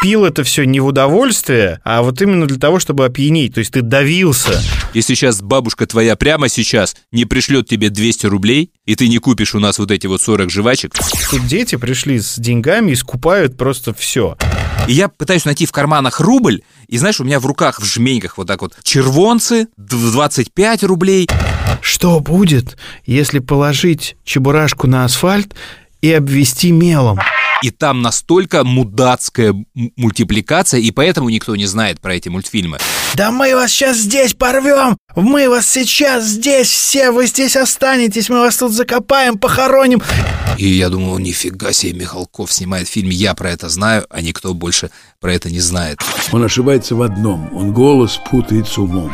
пил это все не в удовольствие, а вот именно для того, чтобы опьянить. То есть ты давился. Если сейчас бабушка твоя прямо сейчас не пришлет тебе 200 рублей, и ты не купишь у нас вот эти вот 40 жвачек. Тут дети пришли с деньгами и скупают просто все. И я пытаюсь найти в карманах рубль, и знаешь, у меня в руках в жменьках вот так вот червонцы, 25 рублей. Что будет, если положить чебурашку на асфальт и обвести мелом? И там настолько мудацкая мультипликация, и поэтому никто не знает про эти мультфильмы. Да мы вас сейчас здесь порвем! Мы вас сейчас здесь все, вы здесь останетесь, мы вас тут закопаем, похороним. И я думал, нифига себе, Михалков снимает фильм, я про это знаю, а никто больше про это не знает. Он ошибается в одном, он голос путает с умом.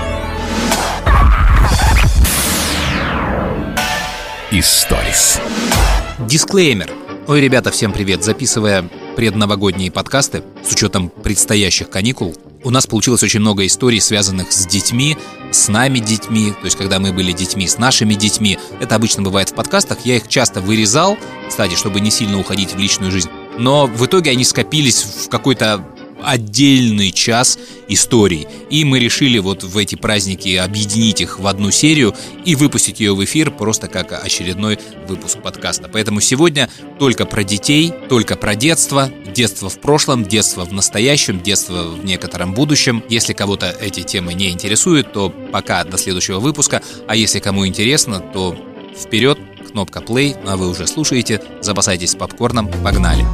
Историс. Дисклеймер. Ой, ребята, всем привет. Записывая предновогодние подкасты с учетом предстоящих каникул, у нас получилось очень много историй, связанных с детьми, с нами детьми, то есть когда мы были детьми, с нашими детьми. Это обычно бывает в подкастах, я их часто вырезал, кстати, чтобы не сильно уходить в личную жизнь. Но в итоге они скопились в какой-то отдельный час историй. И мы решили вот в эти праздники объединить их в одну серию и выпустить ее в эфир просто как очередной выпуск подкаста. Поэтому сегодня только про детей, только про детство. Детство в прошлом, детство в настоящем, детство в некотором будущем. Если кого-то эти темы не интересуют, то пока до следующего выпуска. А если кому интересно, то вперед, кнопка play, а вы уже слушаете. Запасайтесь попкорном, погнали.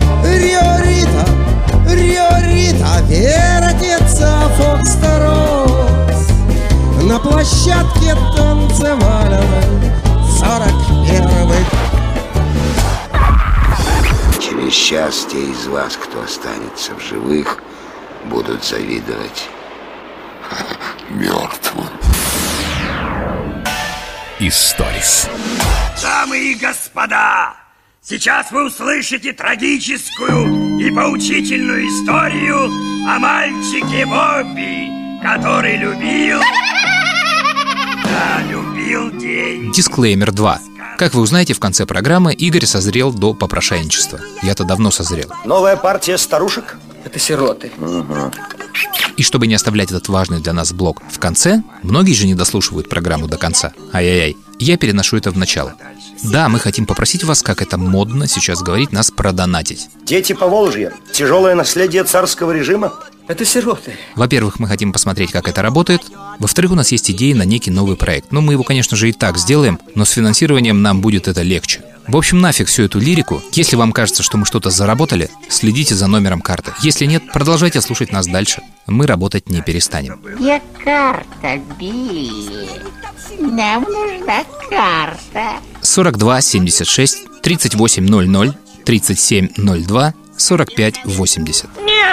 Риорита вертится фокстрот. На площадке танцевали 41-й. Через час те из вас, кто останется в живых, будут завидовать мертвым. Историс. Дамы и господа, сейчас вы услышите трагическую и поучительную историю о мальчике Бобби, который любил деньги. Дисклеймер 2. Как вы узнаете, в конце программы Игорь созрел до попрошайничества. Я-то давно созрел. Новая партия старушек? Это сироты. И чтобы не оставлять этот важный для нас блок в конце, многие же не дослушивают программу до конца. Ай-яй-яй. Я переношу это в начало. Да, мы хотим попросить вас, как это модно сейчас говорить, нас продонатить. Дети Поволжья. Тяжелое наследие царского режима? Это сироты. Во-первых, мы хотим посмотреть, как это работает. Во-вторых, у нас есть идеи на некий новый проект. Ну, мы его, конечно же, и так сделаем, но с финансированием нам будет это легче. В общем, нафиг всю эту лирику. Если вам кажется, что мы что-то заработали, следите за номером карты. Если нет, продолжайте слушать нас дальше. Мы работать не перестанем. Где карта, Билли? Нам нужна карта. 42 76 38 00 37 02 45 80. Нет,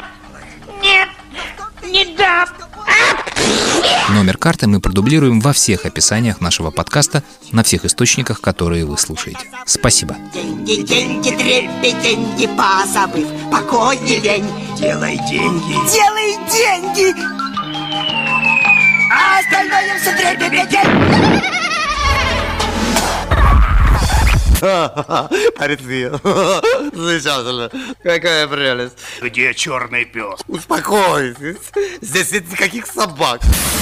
не дам. Номер карты мы продублируем во всех описаниях нашего подкаста, на всех источниках, которые вы слушаете. Спасибо. Деньги, деньги, трепи, деньги, позабыв покой и лень. Делай деньги. Делай деньги! А остальное все трепи-петель. Парицию. Замечательно. Какая прелесть. Где черный пес? Успокойтесь. Здесь нет никаких собак.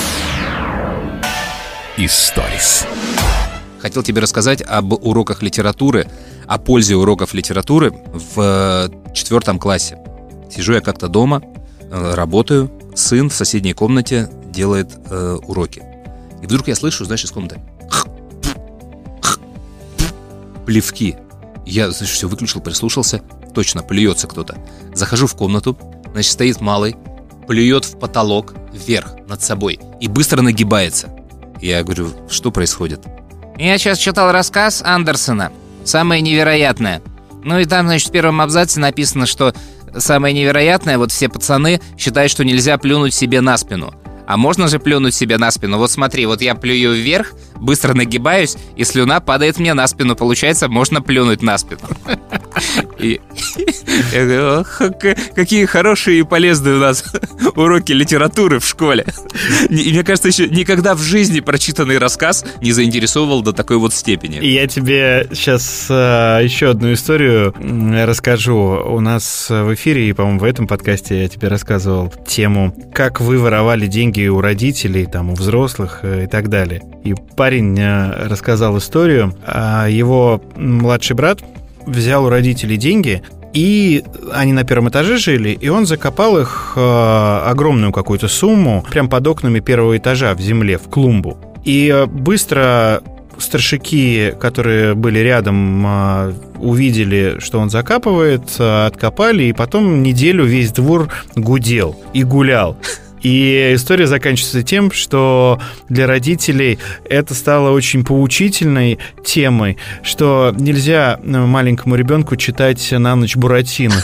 Историс. Хотел тебе рассказать об уроках литературы, о пользе уроков литературы в 4 классе. Сижу я как-то дома, работаю, сын в соседней комнате делает уроки. И вдруг я слышу, знаешь, из комнаты плевки. Я, значит, все выключил, прислушался. Точно, плюется кто-то. Захожу в комнату, значит, стоит малый, плюет в потолок вверх, над собой, и быстро нагибается. Я говорю, что происходит? Я сейчас читал рассказ Андерсона «Самое невероятное». Ну и там, значит, в первом абзаце написано, что самое невероятное, вот все пацаны считают, что нельзя плюнуть себе на спину. А можно же плюнуть себе на спину? Вот смотри, вот я плюю вверх, быстро нагибаюсь, и слюна падает мне на спину. Получается, можно плюнуть на спину. И я говорю: ох, какие хорошие и полезные у нас уроки литературы в школе. И мне кажется, еще никогда в жизни прочитанный рассказ не заинтересовывал до такой вот степени. Я тебе сейчас еще одну историю расскажу. У нас в эфире, и, по-моему, в этом подкасте я тебе рассказывал тему, как вы воровали деньги у родителей, там, у взрослых и так далее. И парень рассказал историю. Его младший брат взял у родителей деньги, и они на первом этаже жили, и он закопал их огромную какую-то сумму прямо под окнами первого этажа в земле, в клумбу. И быстро старшики, которые были рядом, увидели, что он закапывает, откопали, и потом неделю весь двор гудел и гулял. И история заканчивается тем, что для родителей это стало очень поучительной темой, что нельзя маленькому ребенку читать на ночь Буратино.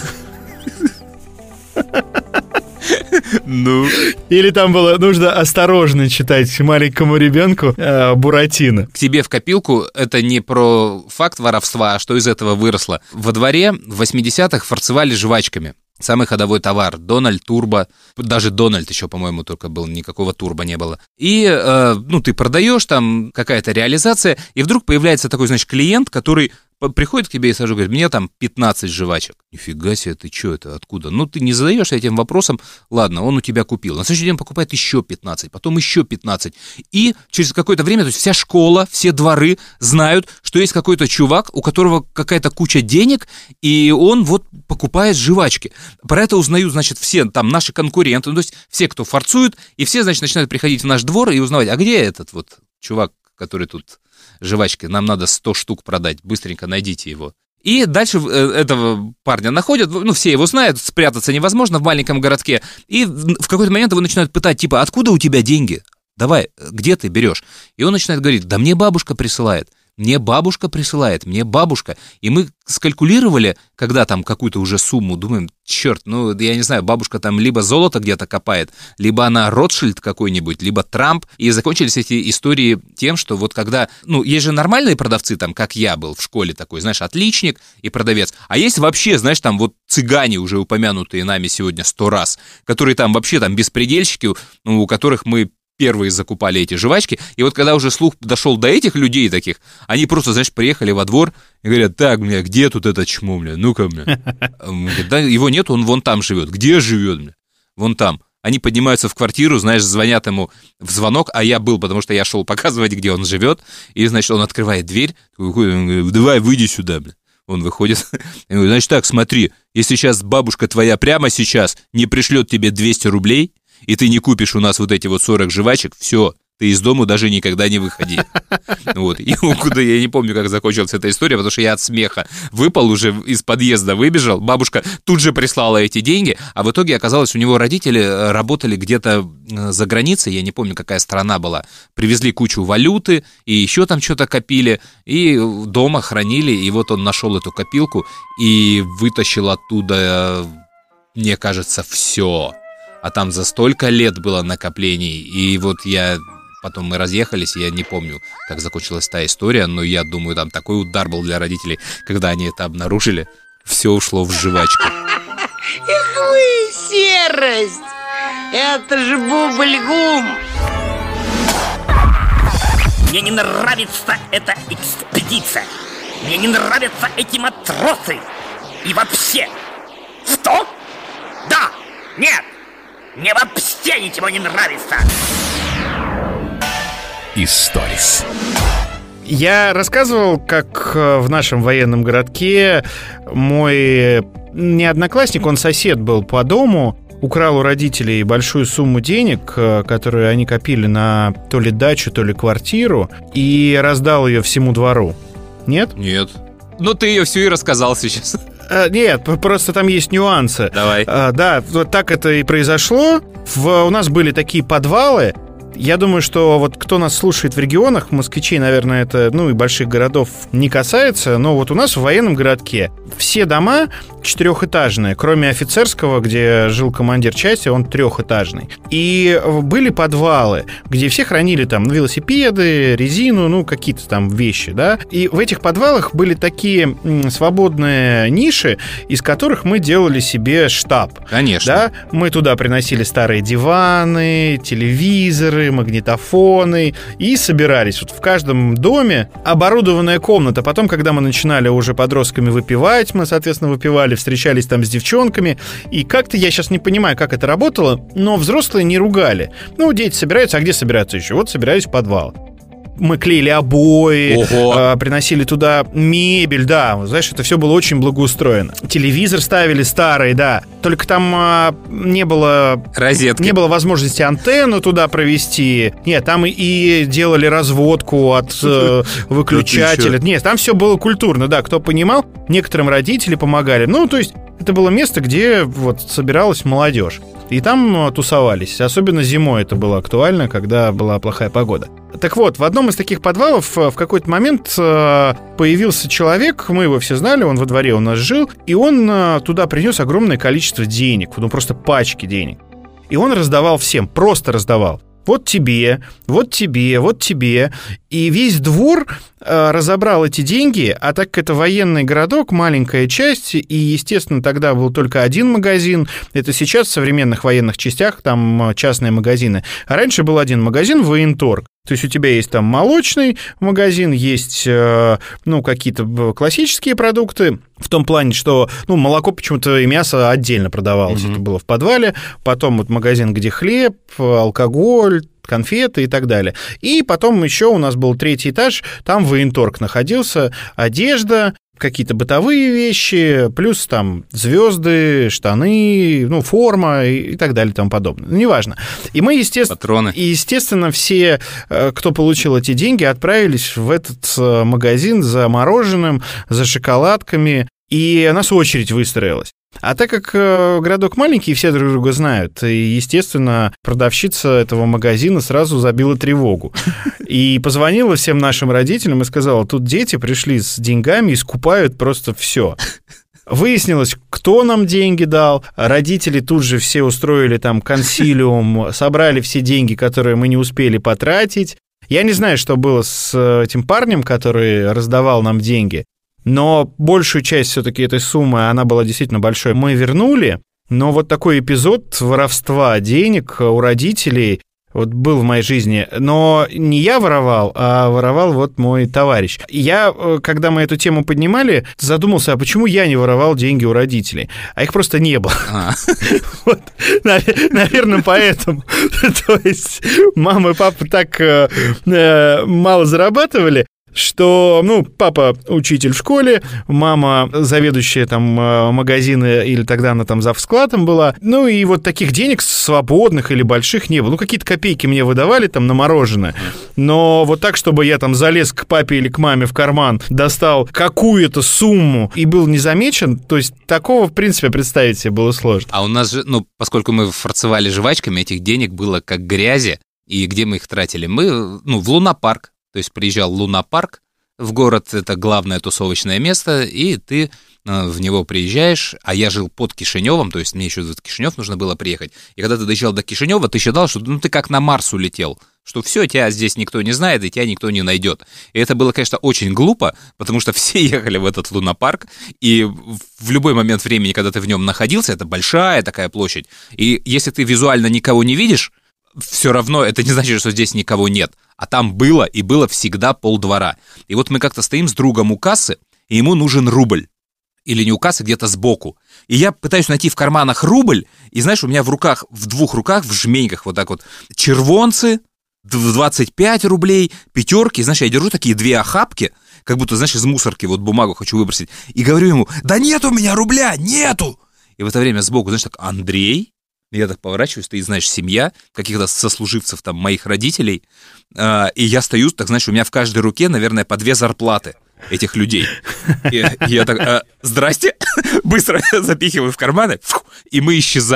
Ну. Или там было нужно осторожно читать маленькому ребенку Буратино. К тебе в копилку это не про факт воровства, а что из этого выросло. Во дворе в 80-х фарцевали жвачками. Самый ходовой товар. Дональд, Турбо. Даже Дональд еще, по-моему, только был. Никакого Турбо не было. И, ты продаешь, там какая-то реализация, и вдруг появляется такой, значит, клиент, который приходит к тебе и сразу говорит: мне там 15 жвачек. Нифига себе, ты что это, откуда? Ну, ты не задаешься этим вопросом. Ладно, он у тебя купил. На следующий день покупает еще 15, потом еще 15. И через какое-то время, то есть вся школа, все дворы знают, что есть какой-то чувак, у которого какая-то куча денег, и он вот покупает жвачки. Про это узнают, значит, все там наши конкуренты, то есть все, кто форцует, и все, значит, начинают приходить в наш двор и узнавать: а где этот вот чувак, который тут жвачки, нам надо 100 штук продать, быстренько найдите его. И дальше этого парня находят, все его знают, спрятаться невозможно в маленьком городке, и в какой-то момент его начинают пытать, типа: откуда у тебя деньги? Давай, где ты берешь? И он начинает говорить: да мне бабушка присылает. Мне бабушка. И мы скалькулировали, когда там какую-то уже сумму, думаем: черт, я не знаю, бабушка там либо золото где-то копает, либо она Ротшильд какой-нибудь, либо Трамп. И закончились эти истории тем, что вот когда, есть же нормальные продавцы, там, как я был в школе такой, знаешь, отличник и продавец. А есть вообще, знаешь, там вот цыгане, уже упомянутые нами сегодня 100 раз, которые там вообще там беспредельщики, у которых мы первые закупали эти жвачки, и вот когда уже слух дошел до этих людей таких, они просто, знаешь, приехали во двор и говорят: так, где тут этот чмо, ну-ка, да, его нет, он вон там живет. Где живет, Вон там. Они поднимаются в квартиру, знаешь, звонят ему в звонок, а я был, потому что я шел показывать, где он живет, и, значит, он открывает дверь, выходит, он говорит: давай, выйди сюда, Он выходит, и говорит: значит так, смотри, если сейчас бабушка твоя прямо сейчас не пришлет тебе 200 рублей, и ты не купишь у нас вот эти вот 40 жвачек, все, ты из дому даже никогда не выходи. Вот. И куда я не помню, как закончилась эта история, потому что я от смеха выпал, уже из подъезда выбежал, бабушка тут же прислала эти деньги, а в итоге оказалось, у него родители работали где-то за границей, я не помню, какая страна была, привезли кучу валюты, и еще там что-то копили, и дома хранили, и вот он нашел эту копилку и вытащил оттуда, мне кажется, все. А там за столько лет было накоплений, и вот потом мы разъехались, и я не помню, как закончилась та история, но я думаю, там такой удар был для родителей, когда они это обнаружили, все ушло в жвачку. Эх вы, серость! Это же бубль-гум! Мне не нравится эта экспедиция. Мне не нравятся эти матросы. И вообще. Что? Да! Нет! Мне вообще ничего не нравится. Историс. Я рассказывал, как в нашем военном городке мой не одноклассник, он сосед был по дому, украл у родителей большую сумму денег, которую они копили на то ли дачу, то ли квартиру, и раздал ее всему двору. Нет? Нет. Ну, ты ее всю и рассказал сейчас. Нет, просто там есть нюансы. Давай. Да, вот так это и произошло. У нас были такие подвалы. Я думаю, что вот кто нас слушает в регионах, москвичей, наверное, это, и больших городов не касается, но вот у нас в военном городке все дома 4-этажное. Кроме офицерского, где жил командир части, он 3-этажный. И были подвалы, где все хранили там велосипеды, резину, какие-то там вещи, да. И в этих подвалах были такие свободные ниши, из которых мы делали себе штаб. Конечно. Да? Мы туда приносили старые диваны, телевизоры, магнитофоны и собирались. Вот в каждом доме оборудованная комната. Потом, когда мы начинали уже подростками выпивать, мы, соответственно, выпивали, встречались там с девчонками. И как-то, я сейчас не понимаю, как это работало, но взрослые не ругали. Дети собираются, а где собираться еще? Вот собирались в подвал. Мы клеили обои, приносили туда мебель, да, знаешь, это все было очень благоустроено. Телевизор ставили старый, да, только там не было розетки, не было возможности антенну туда провести. Нет, там и делали разводку от выключателя. Нет, там все было культурно, да, кто понимал, некоторым родители помогали. То есть это было место, где вот собиралась молодежь. И там тусовались. Особенно зимой это было актуально, когда была плохая погода. Так вот, в одном из таких подвалов в какой-то момент появился человек, мы его все знали, он во дворе у нас жил, и он туда принес огромное количество денег, просто пачки денег. И он раздавал всем, просто раздавал. Вот тебе, вот тебе, вот тебе. И весь двор разобрал эти деньги, а так как это военный городок, маленькая часть, и, естественно, тогда был только один магазин. Это сейчас в современных военных частях там частные магазины. А раньше был один магазин, военторг. То есть у тебя есть там молочный магазин, есть, какие-то классические продукты, в том плане, что, молоко почему-то и мясо отдельно продавалось, это было в подвале, потом вот магазин, где хлеб, алкоголь, конфеты и так далее. И потом еще у нас был 3-й этаж, там военторг находился, одежда, какие-то бытовые вещи, плюс там звезды, штаны, форма и так далее и тому подобное. Неважно. И мы, естественно, все, кто получил эти деньги, отправились в этот магазин за мороженым, за шоколадками, и у нас очередь выстроилась. А так как городок маленький, все друг друга знают, и, естественно, продавщица этого магазина сразу забила тревогу. И позвонила всем нашим родителям и сказала, тут дети пришли с деньгами и скупают просто все. Выяснилось, кто нам деньги дал. Родители тут же все устроили там консилиум, собрали все деньги, которые мы не успели потратить. Я не знаю, что было с этим парнем, который раздавал нам деньги. Но большую часть все-таки этой суммы, она была действительно большой, мы вернули. Но вот такой эпизод воровства денег у родителей вот был в моей жизни. Но не я воровал, а воровал вот мой товарищ. Я, когда мы эту тему поднимали, задумался, а почему я не воровал деньги у родителей? А их просто не было. Вот, наверное, поэтому. То есть мама и папа так мало зарабатывали, что, папа учитель в школе, мама заведующая там магазины, или тогда она там завскладом была, и вот таких денег свободных или больших не было. Какие-то копейки мне выдавали там на мороженое, но вот так, чтобы я там залез к папе или к маме в карман, достал какую-то сумму и был незамечен, то есть такого, в принципе, представить себе было сложно. А у нас же, поскольку мы фарцевали жвачками, этих денег было как грязи, и где мы их тратили? Мы, в лунопарк. То есть приезжал лунопарк в город, это главное тусовочное место, и ты в него приезжаешь, а я жил под Кишиневом, то есть мне еще в Кишинев нужно было приехать. И когда ты доезжал до Кишинева, ты считал, что ты как на Марс улетел, что все, тебя здесь никто не знает, и тебя никто не найдет. И это было, конечно, очень глупо, потому что все ехали в этот лунопарк, и в любой момент времени, когда ты в нем находился, это большая такая площадь, и если ты визуально никого не видишь, все равно это не значит, что здесь никого нет. А там было, и было всегда полдвора. И вот мы как-то стоим с другом у кассы, и ему нужен рубль. Или не у кассы, где-то сбоку. И я пытаюсь найти в карманах рубль, и знаешь, у меня в двух руках, в жменьках вот так вот, червонцы, 25 рублей, пятерки. Знаешь, я держу такие 2 охапки, как будто, знаешь, из мусорки вот бумагу хочу выбросить. И говорю ему, да нет у меня рубля, нету! И в это время сбоку, знаешь, так, Андрей... Я так поворачиваюсь, ты знаешь, семья каких-то сослуживцев там моих родителей, и я стою, так знаешь, у меня в каждой руке, наверное, по 2 зарплаты этих людей. И я так, здрасте, быстро запихиваю в карманы, и мы исчезаем.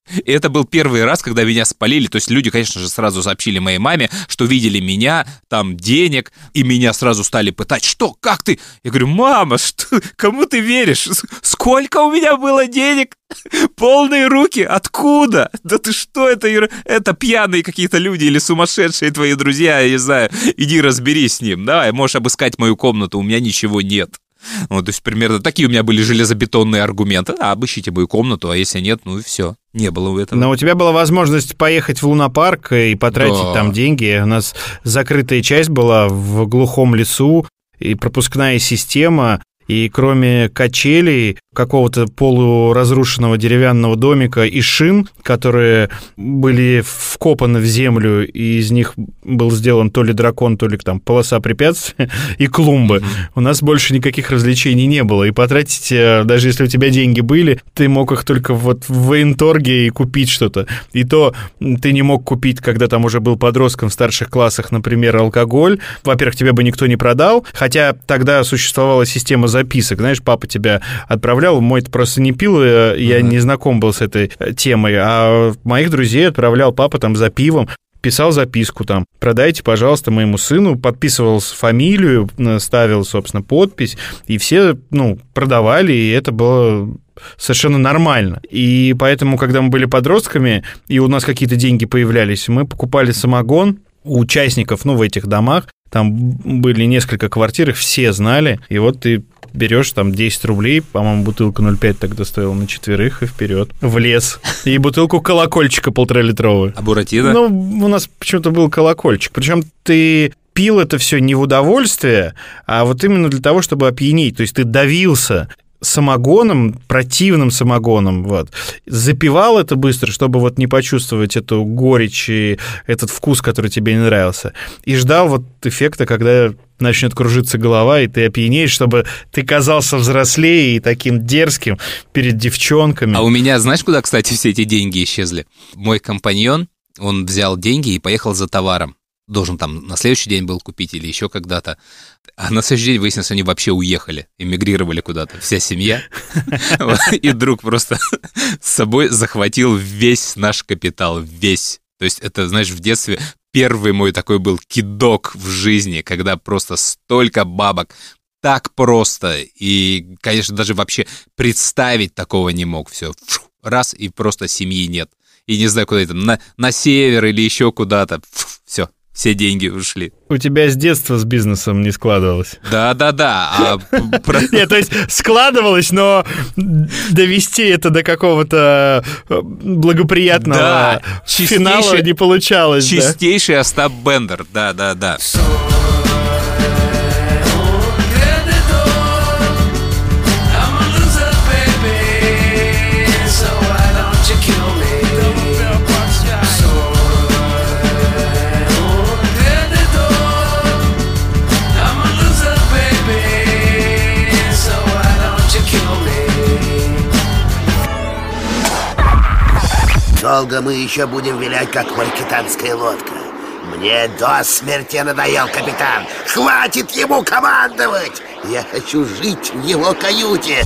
И это был первый раз, когда меня спалили. То есть люди, конечно же, сразу сообщили моей маме, что видели меня, там денег, и меня сразу стали пытать. Что? Как ты? Я говорю: мама, что? Кому ты веришь? Сколько у меня было денег? Полные руки? Откуда? Да ты что? Это пьяные какие-то люди или сумасшедшие твои друзья, я не знаю. Иди разберись с ним. Давай, можешь обыскать мою комнату, у меня ничего нет. Вот, то есть примерно такие у меня были железобетонные аргументы. Обыщите мою комнату, а если нет, ну и все. Не было у этого. Но у тебя была возможность поехать в лунопарк и потратить там деньги. У нас закрытая часть была в глухом лесу, и пропускная система, и кроме качелей, какого-то полуразрушенного деревянного домика и шин, которые были вкопаны в землю, и из них был сделан то ли дракон, то ли там полоса препятствий, и клумбы. У нас больше никаких развлечений не было, и потратить, даже если у тебя деньги были, ты мог их только вот в военторге и купить что-то. И то ты не мог купить, когда там уже был подростком в старших классах, например, алкоголь. Во-первых, тебе бы никто не продал, хотя тогда существовала система записок. Знаешь, папа тебя отправлял, мой-то просто не пил, я не знаком был с этой темой, а моих друзей отправлял папа там за пивом, писал записку там: продайте, пожалуйста, моему сыну, подписывал фамилию, ставил, собственно, подпись, и все, продавали, и это было совершенно нормально. И поэтому, когда мы были подростками, и у нас какие-то деньги появлялись, мы покупали самогон у участников, в этих домах, там были несколько квартир, их все знали, и вот ты берешь там 10 рублей, по-моему, бутылка 0,5 тогда стоила на 4 и вперед в лес. И бутылку колокольчика 1,5-литровую. А буратино? У нас почему-то был колокольчик. Причем ты пил это все не в удовольствие, а вот именно для того, чтобы опьянеть. То есть ты давился самогоном, противным самогоном, запивал это быстро, чтобы не почувствовать эту горечь и этот вкус, который тебе не нравился, и ждал эффекта, когда начнет кружиться голова, и ты опьянеешь, чтобы ты казался взрослее и таким дерзким перед девчонками. А у меня, знаешь, куда, кстати, все эти деньги исчезли? Мой компаньон, он взял деньги и поехал за товаром. Должен там на следующий день был купить или еще когда-то. А на следующий день выяснилось, что они вообще уехали, эмигрировали куда-то, вся семья. И друг просто с собой захватил весь наш капитал, весь. То есть это, знаешь, в детстве первый мой такой был кидок в жизни, когда просто столько бабок, так просто. И, конечно, даже вообще представить такого не мог. Все, раз, и просто семьи нет. И не знаю, куда это, на север или еще куда-то. Все. Все деньги ушли. У тебя с детства с бизнесом не складывалось? Да. Нет, то есть складывалось, но довести это до какого-то благоприятного финала не получалось. Чистейший Остап Бендер, да. Долго мы еще будем вилять, как маркетанская лодка. Мне до смерти надоел капитан. Хватит ему командовать! Я хочу жить в его каюте.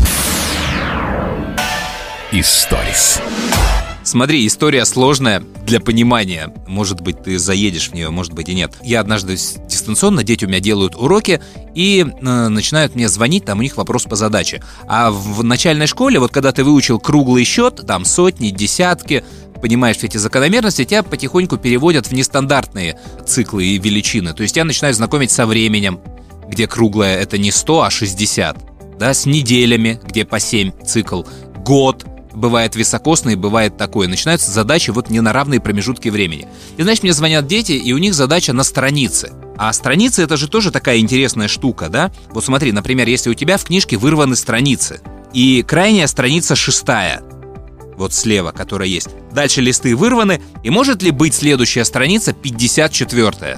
Историс. Смотри, история сложная для понимания. Может быть, ты заедешь в нее, может быть и нет. Я однажды дистанционно, дети у меня делают уроки и начинают мне звонить, там у них вопрос по задаче. А в начальной школе, когда ты выучил круглый счет, там сотни, десятки, понимаешь все эти закономерности, тебя потихоньку переводят в нестандартные циклы и величины. То есть тебя начинают знакомить со временем, где круглое это не 100, а 60. Да, с неделями, где по 7 цикл, год. Бывает високосный, бывает такое. Начинаются задачи не на равные промежутки времени. И знаешь, мне звонят дети, и у них задача на странице. А страницы — это же тоже такая интересная штука, да? Вот смотри, например, если у тебя в книжке вырваны страницы, и крайняя страница 6-я, слева, которая есть. Дальше листы вырваны, и может ли быть следующая страница 54-я?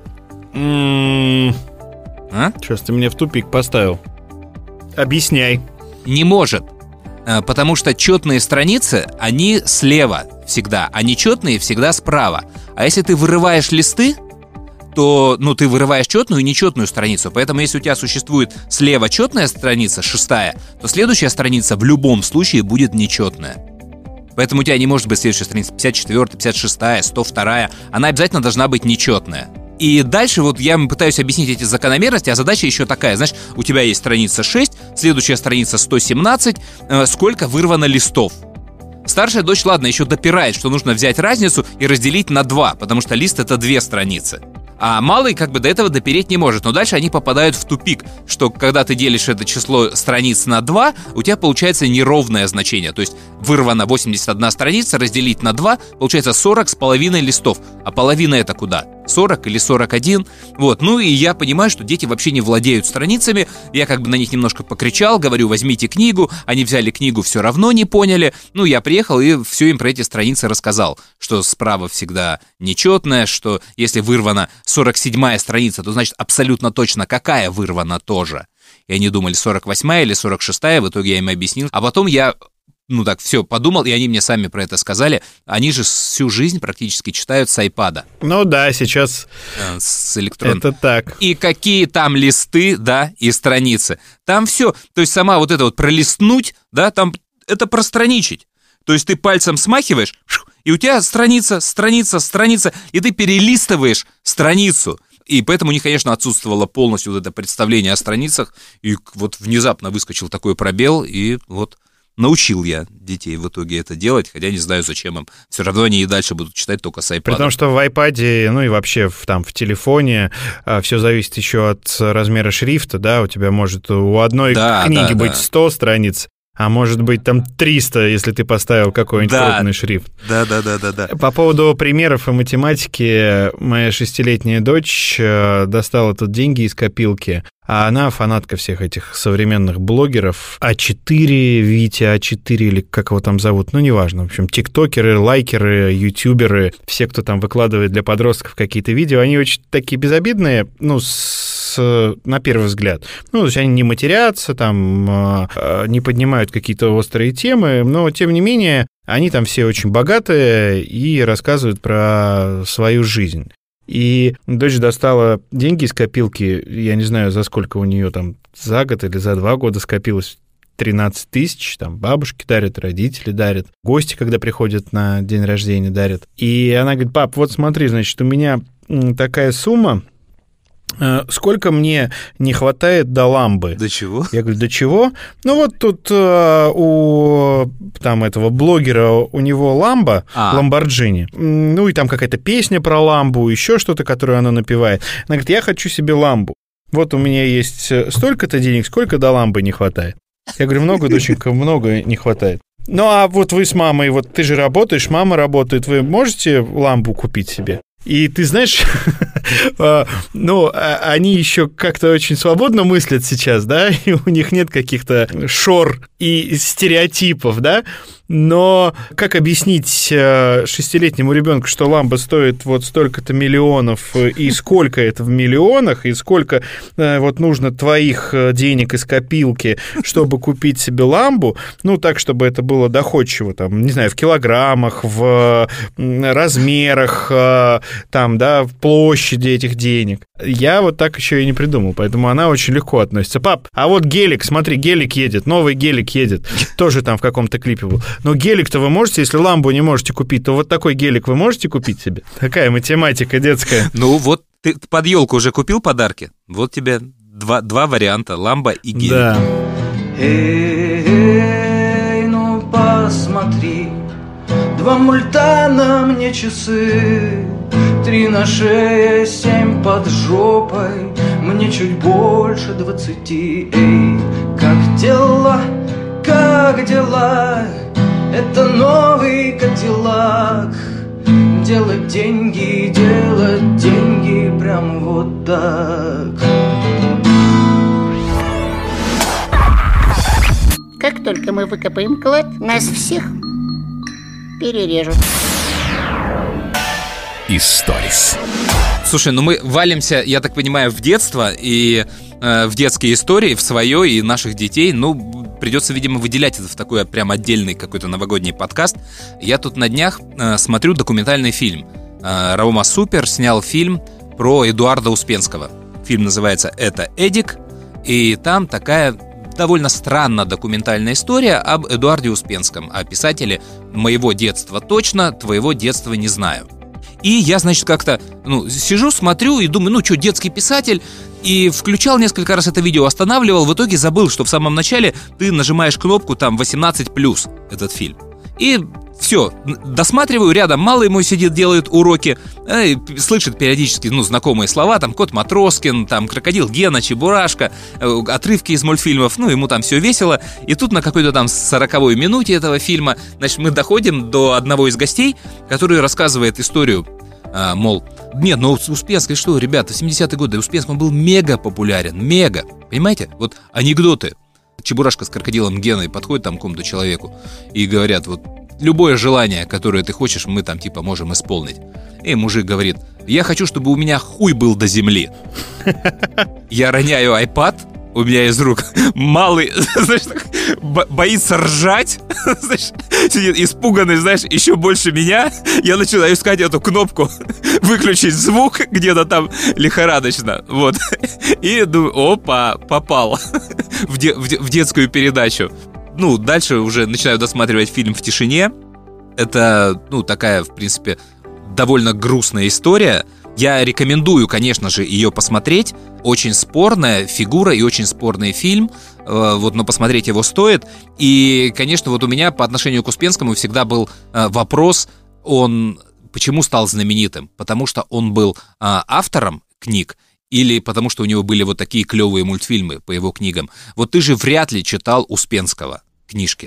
Сейчас ты меня в тупик поставил. Объясняй. Не может. Потому что четные страницы, они слева всегда, а нечетные всегда справа. А если ты вырываешь листы, то ты вырываешь четную и нечетную страницу. Поэтому если у тебя существует слева четная страница, 6-я, то следующая страница в любом случае будет нечетная. Поэтому у тебя не может быть следующая страница 54, 56, 102. Она обязательно должна быть нечетная. И дальше вот я пытаюсь объяснить эти закономерности, а задача еще такая, знаешь, у тебя есть страница 6, следующая страница 117, сколько вырвано листов. Старшая дочь, ладно, еще допирает, что нужно взять разницу и разделить на 2, потому что лист — это 2 страницы. А малый как бы до этого допереть не может. Но дальше они попадают в тупик, что когда ты делишь это число страниц на 2, у тебя получается неровное значение. То есть вырвана 81 страница, разделить на 2, получается 40 с половиной листов. А половина это куда? 40 или 41? Вот, ну и я понимаю, что дети вообще не владеют страницами. Я как бы на них немножко покричал, говорю, возьмите книгу. Они взяли книгу, все равно не поняли. Ну, я приехал и все им про эти страницы рассказал, что справа всегда нечетная, что если вырвана 47-я страница, то значит абсолютно точно какая вырвана тоже. И они думали, 48-я или 46-я, в итоге я им объяснил. А потом я, все подумал, и они мне сами про это сказали. Они же всю жизнь практически читают с айпада. Ну да, сейчас с электрон. Это так. И какие там листы, да, и страницы. Там все, то есть сама вот это вот пролистнуть, да, там это пространичить. То есть ты пальцем смахиваешь, и у тебя страница, и ты перелистываешь страницу. И поэтому у них, конечно, отсутствовало полностью вот это представление о страницах. И вот внезапно выскочил такой пробел, и вот научил я детей в итоге это делать, хотя не знаю, зачем им. Все равно они и дальше будут читать только с iPad. При том, что в iPad, ну и вообще в телефоне все зависит еще от размера шрифта, да, у тебя может у одной книги быть 100 страниц, а может быть там 300, если ты поставил какой-нибудь крупный шрифт. Да. По поводу примеров и математики, моя 6-летняя дочь достала тут деньги из копилки, а она фанатка всех этих современных блогеров. А4, Витя А4 или как его там зовут, ну, неважно. В общем, тиктокеры, лайкеры, ютуберы, все, кто там выкладывает для подростков какие-то видео, они очень такие безобидные, на первый взгляд. То есть они не матерятся, там, не поднимают какие-то острые темы, но, тем не менее, они там все очень богатые и рассказывают про свою жизнь. И дочь достала деньги из копилки, я не знаю, за сколько у нее там за год или за 2 года скопилось 13 тысяч, там бабушки дарят, родители дарят, гости, когда приходят на день рождения, дарят. И она говорит: пап, вот смотри, значит, у меня такая сумма, сколько мне не хватает до ламбы. До чего? Я говорю, до чего? Ну вот тут у там этого блогера, у него ламба, Ламборджини. Ну и там какая-то песня про ламбу, еще что-то, которую она напевает. Она говорит, я хочу себе ламбу. Вот у меня есть столько-то денег, сколько до ламбы не хватает. Я говорю, много, доченька, много не хватает. Ну а вот вы с мамой, вот ты же работаешь, мама работает, вы можете ламбу купить себе? И ты знаешь, они еще как-то очень свободно мыслят сейчас, да, и у них нет каких-то шор и стереотипов, да, но как объяснить 6-летнему ребенку, что ламба стоит вот столько-то миллионов, и сколько это в миллионах, и сколько вот нужно твоих денег из копилки, чтобы купить себе ламбу, так, чтобы это было доходчиво, там, не знаю, в килограммах, в размерах, там, да, в площади этих денег. Я вот так еще и не придумал, поэтому она очень легко относится. Пап, а вот гелик, смотри, гелик едет, новый гелик едет, тоже там в каком-то клипе был. Но гелик-то вы можете, если ламбу не можете купить, то вот такой гелик вы можете купить себе? Такая математика детская. Ну вот ты под елку уже купил подарки? Вот тебе два варианта, ламба и гелик. Да. Эй, ну посмотри, 2 мульта на мне часы, 3 на шее, 7 под жопой, мне чуть больше 20. Эй, как дела, как дела? Это новый Кадиллак. Делать деньги прям вот так. Как только мы выкопаем клад, нас всех перережут. Историс. Слушай, мы валимся, я так понимаю, в детство и в детские истории, в свое и наших детей. Придется, видимо, выделять это в такой прям отдельный какой-то новогодний подкаст. Я тут на днях смотрю документальный фильм. Рома Супер снял фильм про Эдуарда Успенского. Фильм называется «Это Эдик», и там такая довольно странная документальная история об Эдуарде Успенском, о писателе «Моего детства точно, твоего детства не знаю». И я, значит, как-то, сижу, смотрю и думаю, что, детский писатель, и включал несколько раз это видео, останавливал, в итоге забыл, что в самом начале ты нажимаешь кнопку, там, 18+, этот фильм. И все, досматриваю, рядом малый мой сидит, делает уроки, слышит периодически, знакомые слова, там, Кот Матроскин, там, Крокодил Гена, Чебурашка, отрывки из мультфильмов, ему там все весело. И тут на какой-то там 40-й минуте этого фильма, значит, мы доходим до одного из гостей, который рассказывает историю, мол, нет, Успенский, что, ребята, в 70-е годы Успенский был мега популярен, мега, понимаете? Вот анекдоты. Чебурашка с Крокодилом Геной подходит там к какому-то человеку и говорят, вот, любое желание, которое ты хочешь, мы там типа можем исполнить. И мужик говорит, я хочу, чтобы у меня хуй был до земли. Я роняю iPad, у меня из рук малый, знаешь, боится ржать, знаешь, сидит испуганный, знаешь, еще больше меня. Я начинаю искать эту кнопку, выключить звук где-то там лихорадочно, вот. И думаю, опа, попал в детскую передачу. Дальше уже начинаю досматривать фильм «В тишине». Это, такая, в принципе, довольно грустная история. Я рекомендую, конечно же, ее посмотреть. Очень спорная фигура и очень спорный фильм. Но посмотреть его стоит. И, конечно, вот у меня по отношению к Успенскому всегда был вопрос, он почему стал знаменитым? Потому что он был автором книг, или потому что у него были вот такие клевые мультфильмы по его книгам. Вот ты же вряд ли читал Успенского книжки.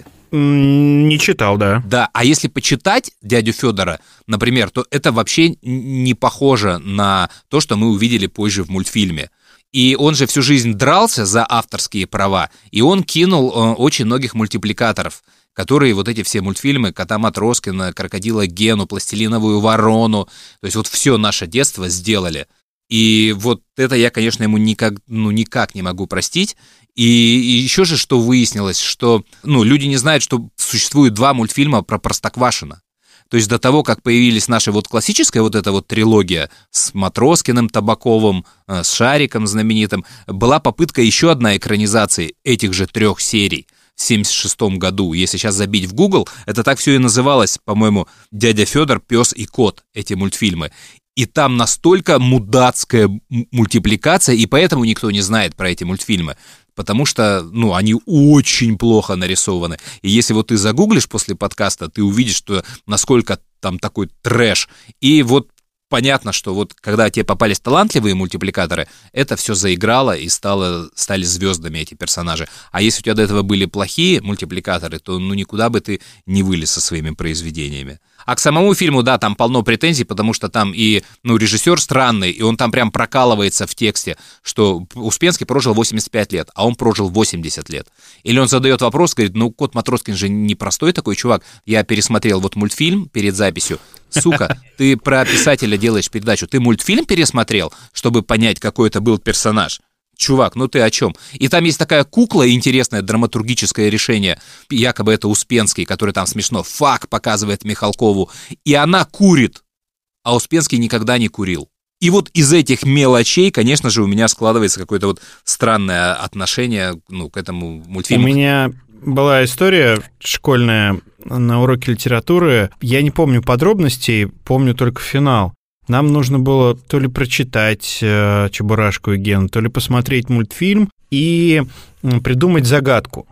Не читал, да. Да, а если почитать дядю Федора, например, то это вообще не похоже на то, что мы увидели позже в мультфильме. И он же всю жизнь дрался за авторские права, и он кинул очень многих мультипликаторов, которые вот эти все мультфильмы «Кота Матроскина», «Крокодила Гену», «Пластилиновую ворону», то есть вот все наше детство сделали. И вот это я, конечно, ему никак не могу простить. И еще же что выяснилось, что люди не знают, что существует 2 мультфильма про Простоквашино. То есть до того, как появились наша вот классическая вот эта вот трилогия с Матроскиным, Табаковым, с Шариком знаменитым, была попытка еще одной экранизации этих же 3 серий в 1976 году. Если сейчас забить в Google, это так все и называлось, по-моему, «Дядя Федор, пес и кот», эти мультфильмы. И там настолько мудацкая мультипликация, и поэтому никто не знает про эти мультфильмы, потому что, они очень плохо нарисованы. И если вот ты загуглишь после подкаста, ты увидишь, что насколько там такой трэш. И вот понятно, что вот когда тебе попались талантливые мультипликаторы, это все заиграло и стали звездами эти персонажи. А если у тебя до этого были плохие мультипликаторы, то никуда бы ты не вылез со своими произведениями. А к самому фильму, да, там полно претензий, потому что там и, режиссер странный, и он там прям прокалывается в тексте, что Успенский прожил 85 лет, а он прожил 80 лет. Или он задает вопрос, говорит, Кот Матроскин же не простой такой чувак. Я пересмотрел вот мультфильм перед записью. Сука, ты про писателя делаешь передачу, ты мультфильм пересмотрел, чтобы понять, какой это был персонаж? Чувак, ты о чем? И там есть такая кукла, интересное драматургическое решение, якобы это Успенский, который там смешно показывает Михалкову, и она курит, а Успенский никогда не курил. И вот из этих мелочей, конечно же, у меня складывается какое-то вот странное отношение к этому мультфильму. У меня была история школьная на уроке литературы, я не помню подробностей, помню только финал. Нам нужно было то ли прочитать «Чебурашку и Гену», то ли посмотреть мультфильм и придумать загадку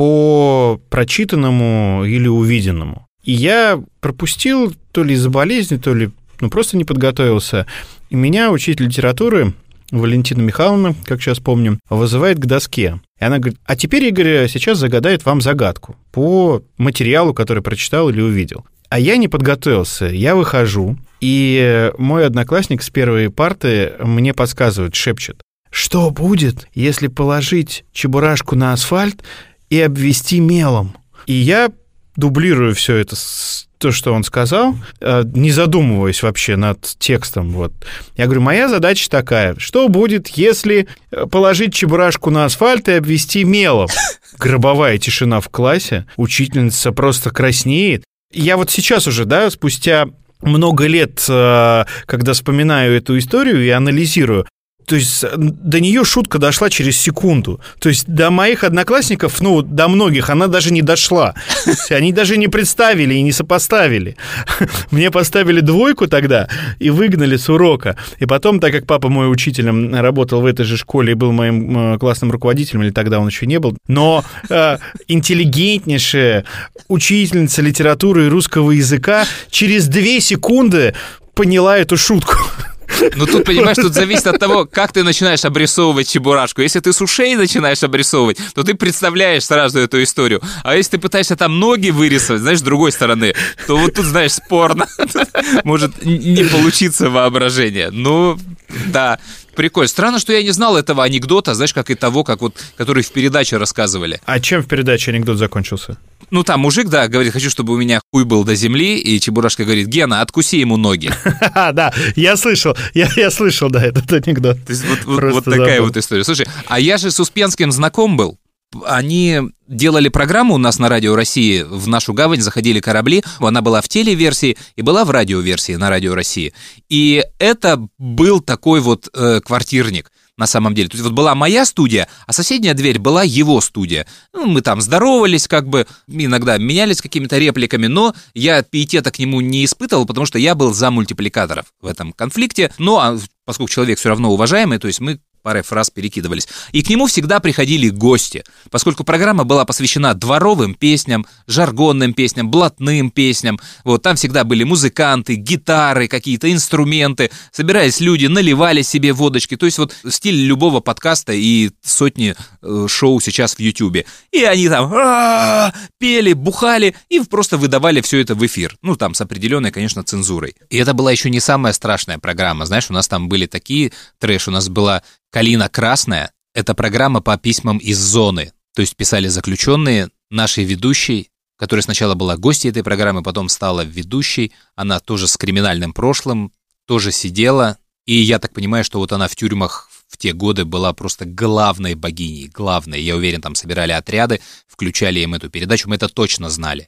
по прочитанному или увиденному. И я пропустил то ли из-за болезни, то ли просто не подготовился. И меня учитель литературы Валентина Михайловна, как сейчас помню, вызывает к доске. И она говорит, а теперь Игорь сейчас загадает вам загадку по материалу, который прочитал или увидел. А я не подготовился, я выхожу, и мой одноклассник с первой парты мне подсказывает, шепчет, что будет, если положить Чебурашку на асфальт и обвести мелом? И я дублирую все это, то, что он сказал, не задумываясь вообще над текстом. Вот. Я говорю, моя задача такая, что будет, если положить Чебурашку на асфальт и обвести мелом? Гробовая тишина в классе, учительница просто краснеет. Я вот сейчас уже, спустя много лет, когда вспоминаю эту историю и анализирую, То есть до нее шутка дошла через секунду. То есть до моих одноклассников, ну, до многих она даже не дошла. Они даже не представили и не сопоставили. Мне поставили 2 тогда и выгнали с урока. И потом, так как папа мой учителем работал в этой же школе и был моим классным руководителем, или тогда он еще не был, но интеллигентнейшая учительница литературы и русского языка через 2 секунды поняла эту шутку. Ну, тут, понимаешь, тут зависит от того, как ты начинаешь обрисовывать Чебурашку. Если ты с ушей начинаешь обрисовывать, то ты представляешь сразу эту историю. А если ты пытаешься там ноги вырисовать, знаешь, с другой стороны, то вот тут, знаешь, спорно. Может не получиться воображение. Ну, да, прикольно. Странно, что я не знал этого анекдота, знаешь, как и того, как вот, который в передаче рассказывали. А чем в передаче анекдот закончился? Ну, там мужик, да, говорит, хочу, чтобы у меня хуй был до земли, и Чебурашка говорит, Гена, откуси ему ноги. Да, я слышал, да, этот анекдот. То есть вот такая вот история. Слушай, а я же с Успенским знаком был. Они делали программу у нас на Радио России, в нашу гавань заходили корабли, она была в телеверсии и была в радиоверсии на Радио России. И это был такой вот квартирник. На самом деле. То есть вот была моя студия, а соседняя дверь была его студия. Ну, мы там здоровались, как бы, иногда менялись какими-то репликами, но я пиетета к нему не испытывал, потому что я был за мультипликаторов в этом конфликте. Но поскольку человек все равно уважаемый, то есть мы парой фраз перекидывались. И к нему всегда приходили гости, поскольку программа была посвящена дворовым песням, жаргонным песням, блатным песням. Вот, там всегда были музыканты, гитары, какие-то инструменты. Собирались люди, наливали себе водочки. То есть вот стиль любого подкаста и сотни шоу сейчас в Ютубе. И они там пели, бухали и просто выдавали все это в эфир. Ну, там с определенной, конечно, цензурой. И это была еще не самая страшная программа. Знаешь, у нас там были такие трэш, у нас была «Калина красная» — это программа по письмам из зоны. То есть писали заключенные, нашей ведущей, которая сначала была гостьей этой программы, потом стала ведущей. Она тоже с криминальным прошлым, тоже сидела. И я так понимаю, что вот она в тюрьмах в те годы была просто главной богиней, главной. Я уверен, там собирали отряды, включали им эту передачу, мы это точно знали.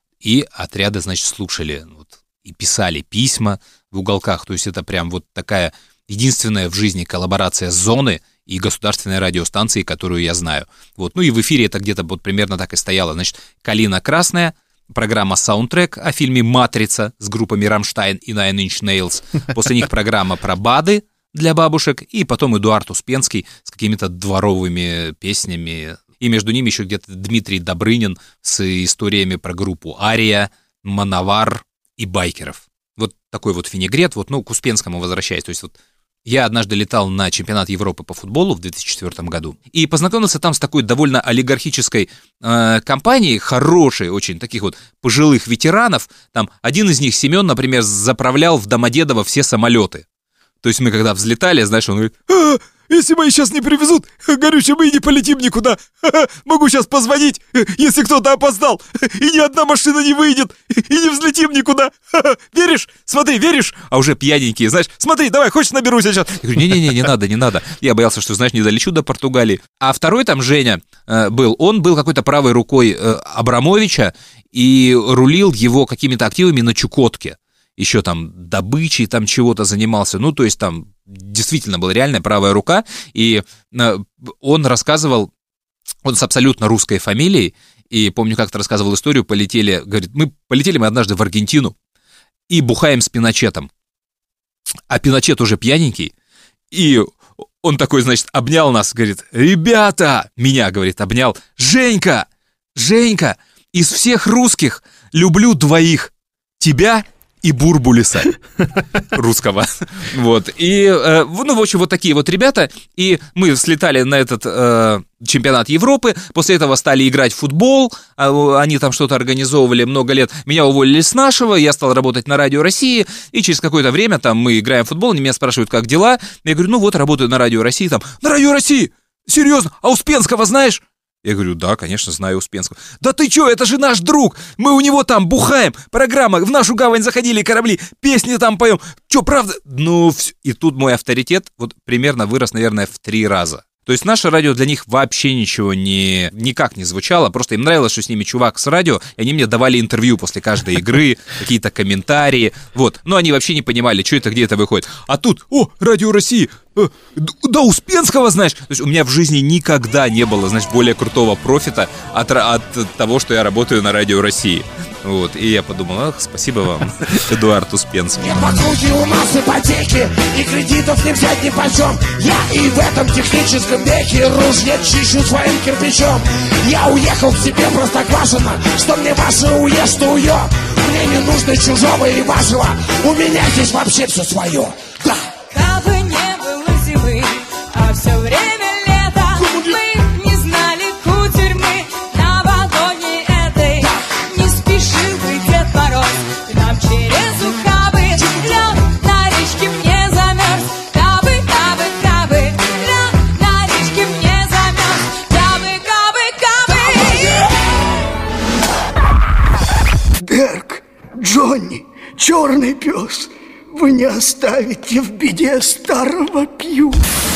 И отряды, значит, слушали вот, и писали письма в уголках. То есть это прям вот такая... единственная в жизни коллаборация зоны и государственной радиостанции, которую я знаю. Вот. Ну и в эфире это где-то вот примерно так и стояло. Значит, «Калина красная», программа «Саундтрек» о фильме «Матрица» с группами «Рамштайн» и «Nine Inch Nails». После них программа про БАДы для бабушек, и потом Эдуард Успенский с какими-то дворовыми песнями. И между ними еще где-то Дмитрий Добрынин с историями про группу «Ария», «Мановар» и «Байкеров». Вот такой вот винегрет, вот, ну, к Успенскому возвращаясь. То есть вот я однажды летал на чемпионат Европы по футболу в 2004 году и познакомился там с такой довольно олигархической компанией, хорошей очень, таких вот пожилых ветеранов. Там один из них, Семен, например, заправлял в Домодедово все самолеты. То есть мы когда взлетали, знаешь, он говорит: если мои сейчас не привезут, горючее, мы и не полетим никуда. Могу сейчас позвонить, если кто-то опоздал, и ни одна машина не выйдет, и не взлетим никуда. Веришь? Смотри, веришь? А уже пьяненькие, знаешь, смотри, давай, хочешь, наберу сейчас? Я говорю, не-не-не, не надо. Я боялся, что, знаешь, не долечу до Португалии. А второй там, Женя, он был какой-то правой рукой Абрамовича и рулил его какими-то активами на Чукотке. Еще там добычей там чего-то занимался, ну, то есть там действительно была реальная правая рука, и он рассказывал, он с абсолютно русской фамилией, и помню, как-то рассказывал историю, говорит, полетели мы однажды в Аргентину и бухаем с Пиночетом, а Пиночет уже пьяненький, и он такой, значит, обнял нас, говорит, ребята, меня, говорит, обнял, Женька, из всех русских люблю двоих, тебя и Бурбулиса русского. Вот. И, ну, в общем, вот такие вот ребята. И мы слетали на этот чемпионат Европы. После этого стали играть в футбол. Они там что-то организовывали много лет. Меня уволили с нашего. Я стал работать на Радио России. И через какое-то время там мы играем в футбол. Они меня спрашивают, как дела. Я говорю, ну вот, работаю на Радио России. Там, на Радио России? Серьезно? А Успенского знаешь? Я говорю, да, конечно, знаю Успенского. Да ты чё, это же наш друг, мы у него там бухаем, программа, в нашу гавань заходили корабли, песни там поем, чё, правда? Ну, и тут мой авторитет вот примерно вырос, наверное, в 3 раза. То есть наше радио для них вообще ничего никак не звучало, просто им нравилось, что с ними чувак с радио, и они мне давали интервью после каждой игры, какие-то комментарии, вот. Но они вообще не понимали, что это, где это выходит. А тут, Радио России, Да, Успенского знаешь. То есть у меня в жизни никогда не было, знаешь, более крутого профита от того, что я работаю на Радио России. Вот, и я подумал, спасибо вам, Эдуард Успенский. Нет покрути у нас ипотеки, и кредитов не взять ни почем. Я и в этом техническом веке ружье чищу своим кирпичом. Я уехал к себе простоквашино, что мне ваше уешь, что уё. Мне не нужно чужого и вашего, у меня здесь вообще все свое. Да. Как бы не было зимы, а все время лето, мы не знали кутерьмы на вагоне этой. Не спешил бы Дед Мороз к нам через ухабы. Лед на речке мне замерз, кабы, кабы, кабы. Лед на речке мне замерз, кабы, кабы, кабы. Берг, Джонни, черный пес, вы не оставите в беде старого Кью.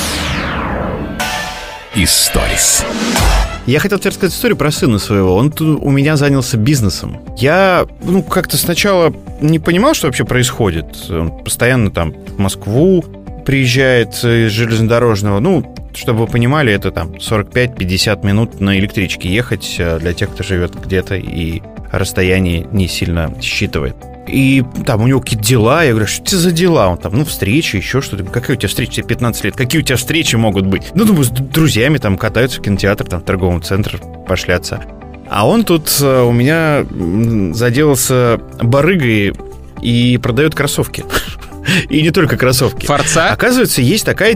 Историс. Я хотел тебе рассказать историю про сына своего. Он у меня занялся бизнесом. Я, как-то сначала не понимал, что вообще происходит. Он постоянно там в Москву приезжает из железнодорожного. Чтобы вы понимали, это там 45-50 минут на электричке ехать для тех, кто живет где-то и расстояние не сильно считывает. И там у него какие-то дела. Я говорю, что это за дела? Он там, встречи, еще что-то. Какие у тебя встречи? Тебе 15 лет. Какие у тебя встречи могут быть? Думаю, с друзьями там катаются в кинотеатр, там в торговый центр пошляться. А он тут у меня заделался барыгой и продает кроссовки. И не только кроссовки. Форца? Оказывается, есть такая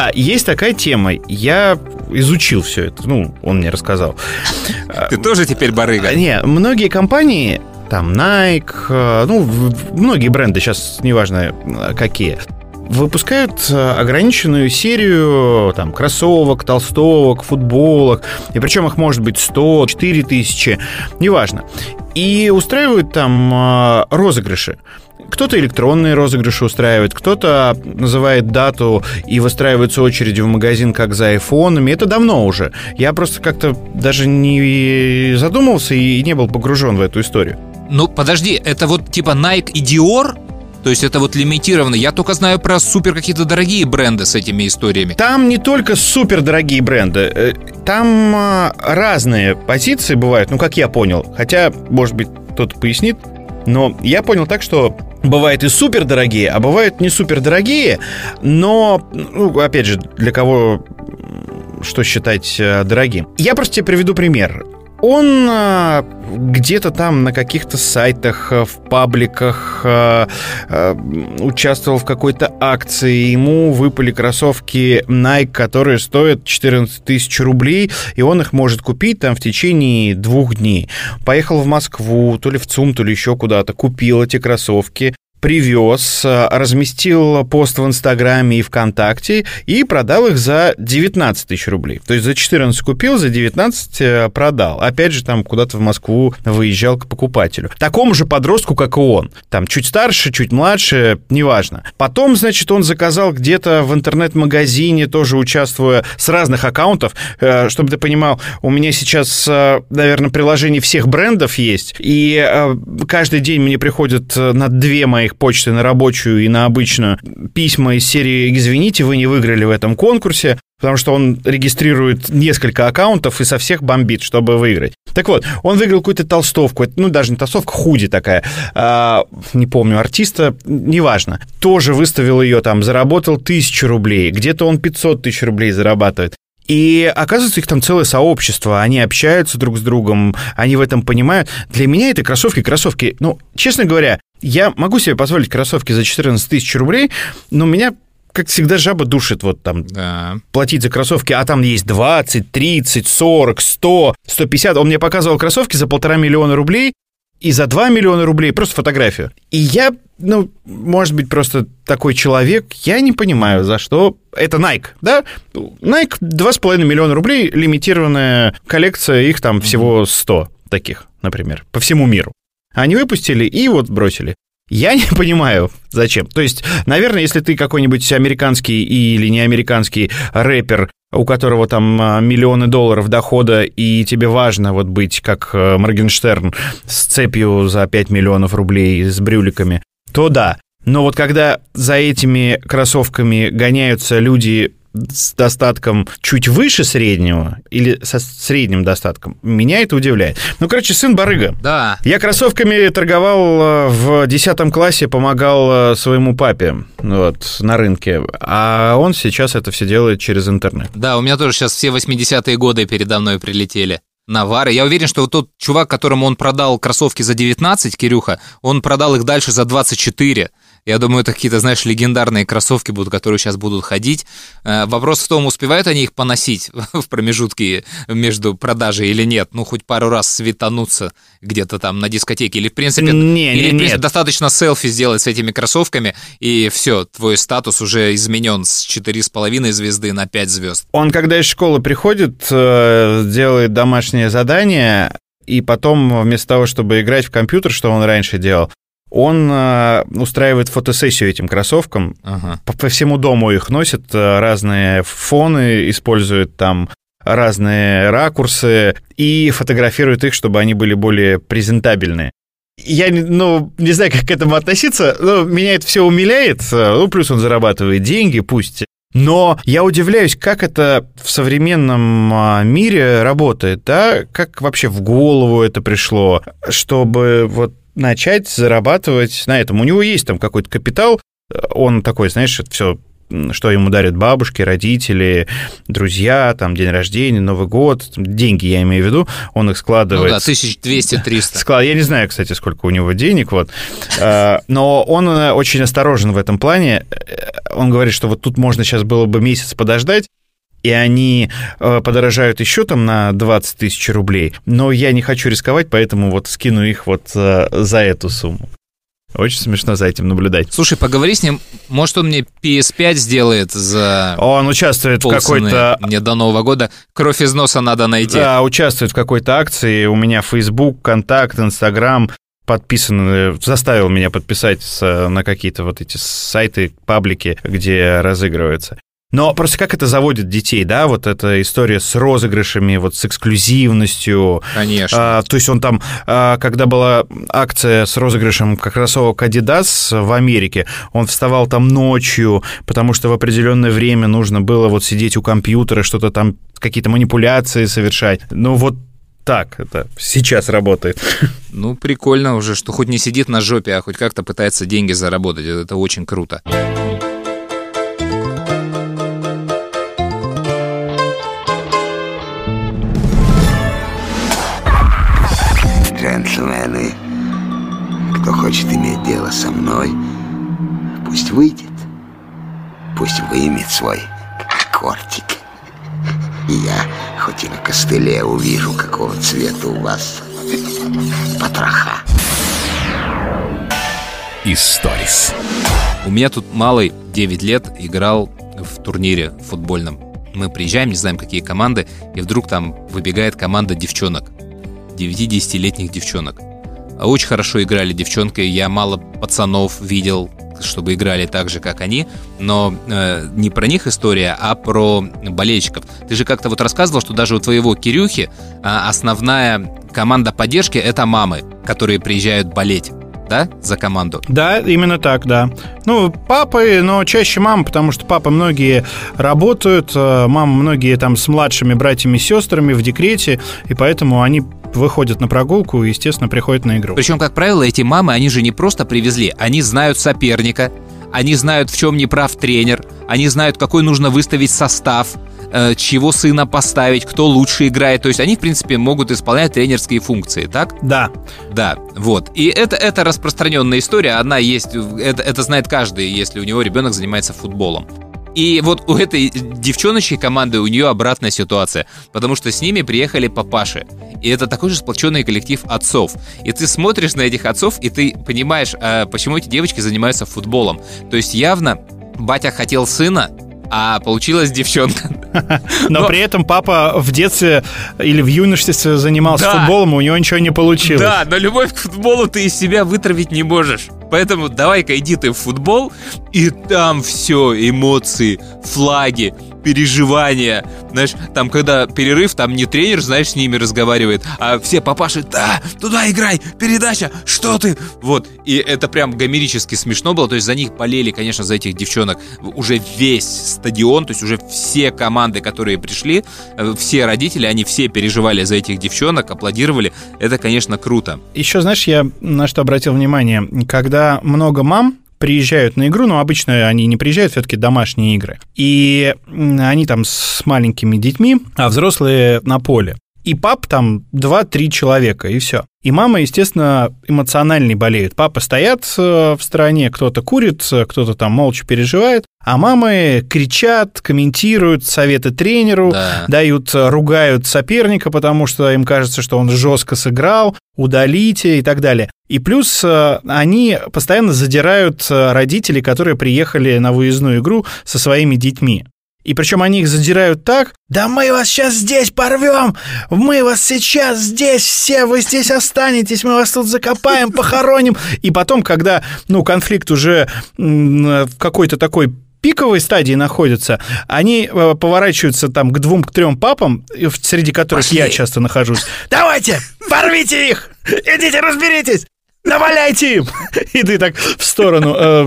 тема. Я изучил все это. Он мне рассказал. Ты тоже теперь барыга? Не, многие компании, там Nike, многие бренды, сейчас неважно какие, выпускают ограниченную серию там кроссовок, толстовок, футболок. И причем их может быть 100, 4000, неважно. И устраивают там розыгрыши. Кто-то электронные розыгрыши устраивает, кто-то называет дату и выстраивается очереди в магазин, как за айфонами. Это давно уже. Я просто как-то даже не задумывался и не был погружен в эту историю. Подожди, это вот типа Nike и Dior? То есть это вот лимитированно. Я только знаю про супер какие-то дорогие бренды с этими историями. Там не только супер дорогие бренды. Там разные позиции бывают, как я понял. Хотя, может быть, кто-то пояснит. Но я понял так, что бывают и супердорогие, а бывают не супердорогие, но, опять же, для кого что считать дорогим. Я просто тебе приведу пример. Он где-то там на каких-то сайтах, в пабликах участвовал в какой-то акции. Ему выпали кроссовки Nike, которые стоят 14 тысяч рублей, и он их может купить там в течение 2 дней. Поехал в Москву, то ли в ЦУМ, то ли еще куда-то, купил эти кроссовки, привез, разместил пост в Инстаграме и ВКонтакте и продал их за 19 тысяч рублей. То есть за 14 купил, за 19 продал. Опять же, там куда-то в Москву выезжал к покупателю. Такому же подростку, как и он. Там чуть старше, чуть младше, неважно. Потом, значит, он заказал где-то в интернет-магазине, тоже участвуя с разных аккаунтов. Чтобы ты понимал, у меня сейчас, наверное, приложение всех брендов есть, и каждый день мне приходят на 2 моих почты, на рабочую и на обычную, письма из серии «Извините, вы не выиграли в этом конкурсе», потому что он регистрирует несколько аккаунтов и со всех бомбит, чтобы выиграть. Так вот, он выиграл какую-то толстовку, даже не толстовка, худи такая, не помню, артиста, неважно. Тоже выставил ее там, заработал 1000 рублей, где-то он 500 тысяч рублей зарабатывает. И оказывается, их там целое сообщество, они общаются друг с другом, они в этом понимают. Для меня это кроссовки. Честно говоря, я могу себе позволить кроссовки за 14 тысяч рублей, но меня, как всегда, жаба душит платить за кроссовки, а там есть 20, 30, 40, 100, 150. Он мне показывал кроссовки за 1,5 миллиона рублей и за 2 миллиона рублей, просто фотографию. И я, может быть, просто такой человек, я не понимаю, за что. Это Nike, да? Nike 2,5 миллиона рублей, лимитированная коллекция, их там всего 100 таких, например, по всему миру. Они выпустили и бросили. Я не понимаю, зачем. То есть, наверное, если ты какой-нибудь американский или неамериканский рэпер, у которого там миллионы долларов дохода, и тебе важно быть как Моргенштерн с цепью за 5 миллионов рублей, с брюликами, то да. Но вот когда за этими кроссовками гоняются люди с достатком чуть выше среднего или со средним достатком, меня это удивляет. Ну, короче, сын барыга. Да. Я кроссовками торговал в 10 классе, помогал своему папе вот, на рынке, а он сейчас это все делает через интернет. Да, у меня тоже сейчас все 80-е годы передо мной прилетели. Навары. Я уверен, что вот тот чувак, которому он продал кроссовки за 19, Кирюха, он продал их дальше за 24. Я думаю, это какие-то, знаешь, легендарные кроссовки будут, которые сейчас будут ходить. Вопрос в том, успевают они их поносить в промежутке между продажей или нет. Ну, хоть пару раз светануться где-то там на дискотеке. Или, в принципе, достаточно селфи сделать с этими кроссовками, и все, твой статус уже изменен с 4,5 звезды на 5 звезд. Он, когда из школы приходит, делает домашнее задание, и потом, вместо того, чтобы играть в компьютер, что он раньше делал, он устраивает фотосессию этим кроссовкам, по всему дому их носит, разные фоны использует, там разные ракурсы, и фотографирует их, чтобы они были более презентабельные. Я, не знаю, как к этому относиться, но меня это все умиляет, плюс он зарабатывает деньги, пусть. Но я удивляюсь, как это в современном мире работает, да, как вообще в голову это пришло, чтобы вот начать зарабатывать на этом. У него есть там какой-то капитал, он такой, знаешь, все, что ему дарят бабушки, родители, друзья, там, день рождения, Новый год, деньги, я имею в виду, он их складывает. Ну да, 1200-300. Я не знаю, кстати, сколько у него денег, вот. Но он очень осторожен в этом плане. Он говорит, что вот тут можно сейчас было бы месяц подождать, и они подорожают еще там на 20 тысяч рублей, но я не хочу рисковать, поэтому вот скину их вот за эту сумму. Очень смешно за этим наблюдать. Слушай, поговори с ним, может, он мне PS5 сделает за... Он участвует в какой-то... Мне до Нового года кровь из носа надо найти. Да, участвует в какой-то акции, у меня Facebook, Контакт, Инстаграм подписан, заставил меня подписать на какие-то вот эти сайты, паблики, где разыгрывается. Но просто как это заводит детей, да, вот эта история с розыгрышами, вот с эксклюзивностью. Конечно. То есть он там, когда была акция с розыгрышем кроссовок Adidas в Америке, он вставал там ночью, потому что в определенное время нужно было вот сидеть у компьютера, что-то там, какие-то манипуляции совершать. Ну вот так это сейчас работает. Ну, прикольно уже, что хоть не сидит на жопе, а хоть как-то пытается деньги заработать. Это очень круто. Джентльмены, кто хочет иметь дело со мной, пусть выйдет, пусть вымет свой кортик. И я хоть и на костыле увижу, какого цвета у вас потроха. Историс. У меня тут малый 9 лет играл в турнире футбольном. Мы приезжаем, не знаем, какие команды, и вдруг там выбегает команда девчонок. 9-10-летних девчонок. Очень хорошо играли девчонки. Я мало пацанов видел, чтобы играли так же, как они. Но не про них история, а про болельщиков. Ты же как-то вот рассказывал, что даже у твоего Кирюхи основная команда поддержки — это мамы, которые приезжают болеть. Да, за команду? Да, именно так, да. Ну, папы, но чаще мамы, потому что папы многие работают, мамы многие там с младшими братьями и сестрами в декрете, и поэтому они выходят на прогулку и, естественно, приходят на игру. Причем, как правило, эти мамы, они же не просто привезли, они знают соперника, они знают, в чем не прав тренер, они знают, какой нужно выставить состав, чего сына поставить, кто лучше играет. То есть они, в принципе, могут исполнять тренерские функции, так? Да. Да, вот. И это распространенная история, она есть, это знает каждый, если у него ребенок занимается футболом. И вот у этой девчоночей команды у нее обратная ситуация, потому что с ними приехали папаши. И это такой же сплоченный коллектив отцов. И ты смотришь на этих отцов, и ты понимаешь, почему эти девочки занимаются футболом. То есть явно батя хотел сына, а получилась девчонка. Но при этом папа в детстве или в юношестве занимался футболом, и у него ничего не получилось. Да, но любовь к футболу ты из себя вытравить не можешь. Поэтому давай-ка иди ты в футбол, и там все, эмоции, флаги, переживания. Знаешь, там, когда перерыв, там не тренер, знаешь, с ними разговаривает, а все папаши: да, туда играй, передача, что ты? Вот, и это прям гомерически смешно было, то есть за них болели, конечно, за этих девчонок уже весь стадион, то есть уже все команды, которые пришли, все родители, они все переживали за этих девчонок, аплодировали, это, конечно, круто. Еще, знаешь, я на что обратил внимание, когда много мам приезжают на игру, но обычно они не приезжают, все-таки домашние игры, и они там с маленькими детьми, а взрослые на поле. И пап там 2-3 человека, и все. И мама, естественно, эмоциональней болеют. Папы стоят в стороне, кто-то курит, кто-то там молча переживает, а мамы кричат, комментируют, советы тренеру, дают, ругают соперника, потому что им кажется, что он жестко сыграл, удалите и так далее. И плюс они постоянно задирают родителей, которые приехали на выездную игру со своими детьми. И причем они их задирают так: да мы вас сейчас здесь порвем, мы вас сейчас здесь все, вы здесь останетесь, мы вас тут закопаем, похороним. И потом, когда, конфликт уже в какой-то такой пиковой стадии находится, они поворачиваются там к 2-3 папам, среди которых я часто нахожусь. Давайте, порвите их, идите разберитесь. Наваляйте им! И ты так в сторону.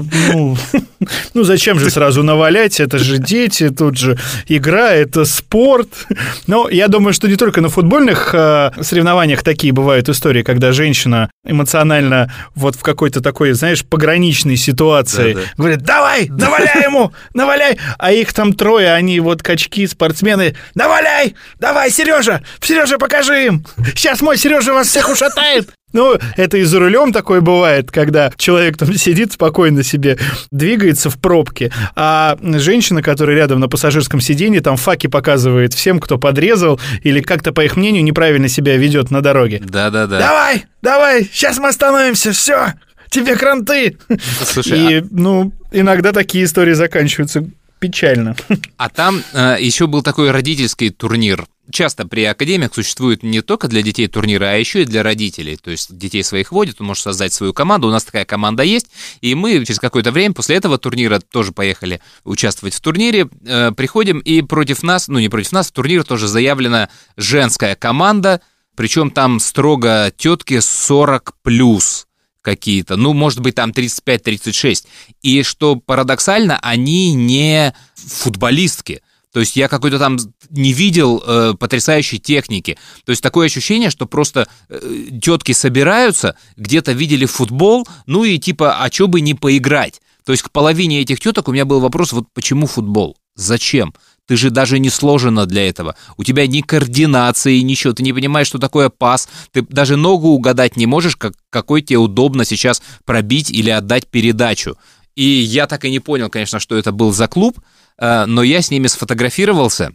Зачем же сразу навалять? Это же дети, тут же игра, это спорт. Но я думаю, что не только на футбольных соревнованиях такие бывают истории, когда женщина эмоционально вот в какой-то такой, знаешь, пограничной ситуации говорит: давай, наваляй ему, наваляй. А их там 3, они вот качки, спортсмены. Наваляй, давай, Сережа, покажи им. Сейчас мой Сережа вас всех ушатает. Это и за рулем такое бывает, когда человек там сидит спокойно себе, двигается в пробке, а женщина, которая рядом на пассажирском сиденье, там факи показывает всем, кто подрезал или как-то, по их мнению, неправильно себя ведет на дороге. Да-да-да. Давай, сейчас мы остановимся, все, тебе кранты. Слушай, и, иногда такие истории заканчиваются печально. А там еще был такой родительский турнир. Часто при академиях существует не только для детей турниры, а еще и для родителей. То есть детей своих водят, он может создать свою команду. У нас такая команда есть, и мы через какое-то время после этого турнира тоже поехали участвовать в турнире. Приходим, и против нас, не против нас, в турнир тоже заявлена женская команда, причем там строго тетки 40+. Какие-то, может быть, там 35-36. И что парадоксально, они не футболистки. То есть я какой-то там не видел потрясающей техники. То есть такое ощущение, что просто тетки собираются, где-то видели футбол, и типа, а чё бы не поиграть? То есть к половине этих теток у меня был вопрос: вот почему футбол? Зачем? Ты же даже не сложена для этого. У тебя ни координации, ничего. Ты не понимаешь, что такое пас. Ты даже ногу угадать не можешь, какой тебе удобно сейчас пробить или отдать передачу. И я так и не понял, конечно, что это был за клуб, но я с ними сфотографировался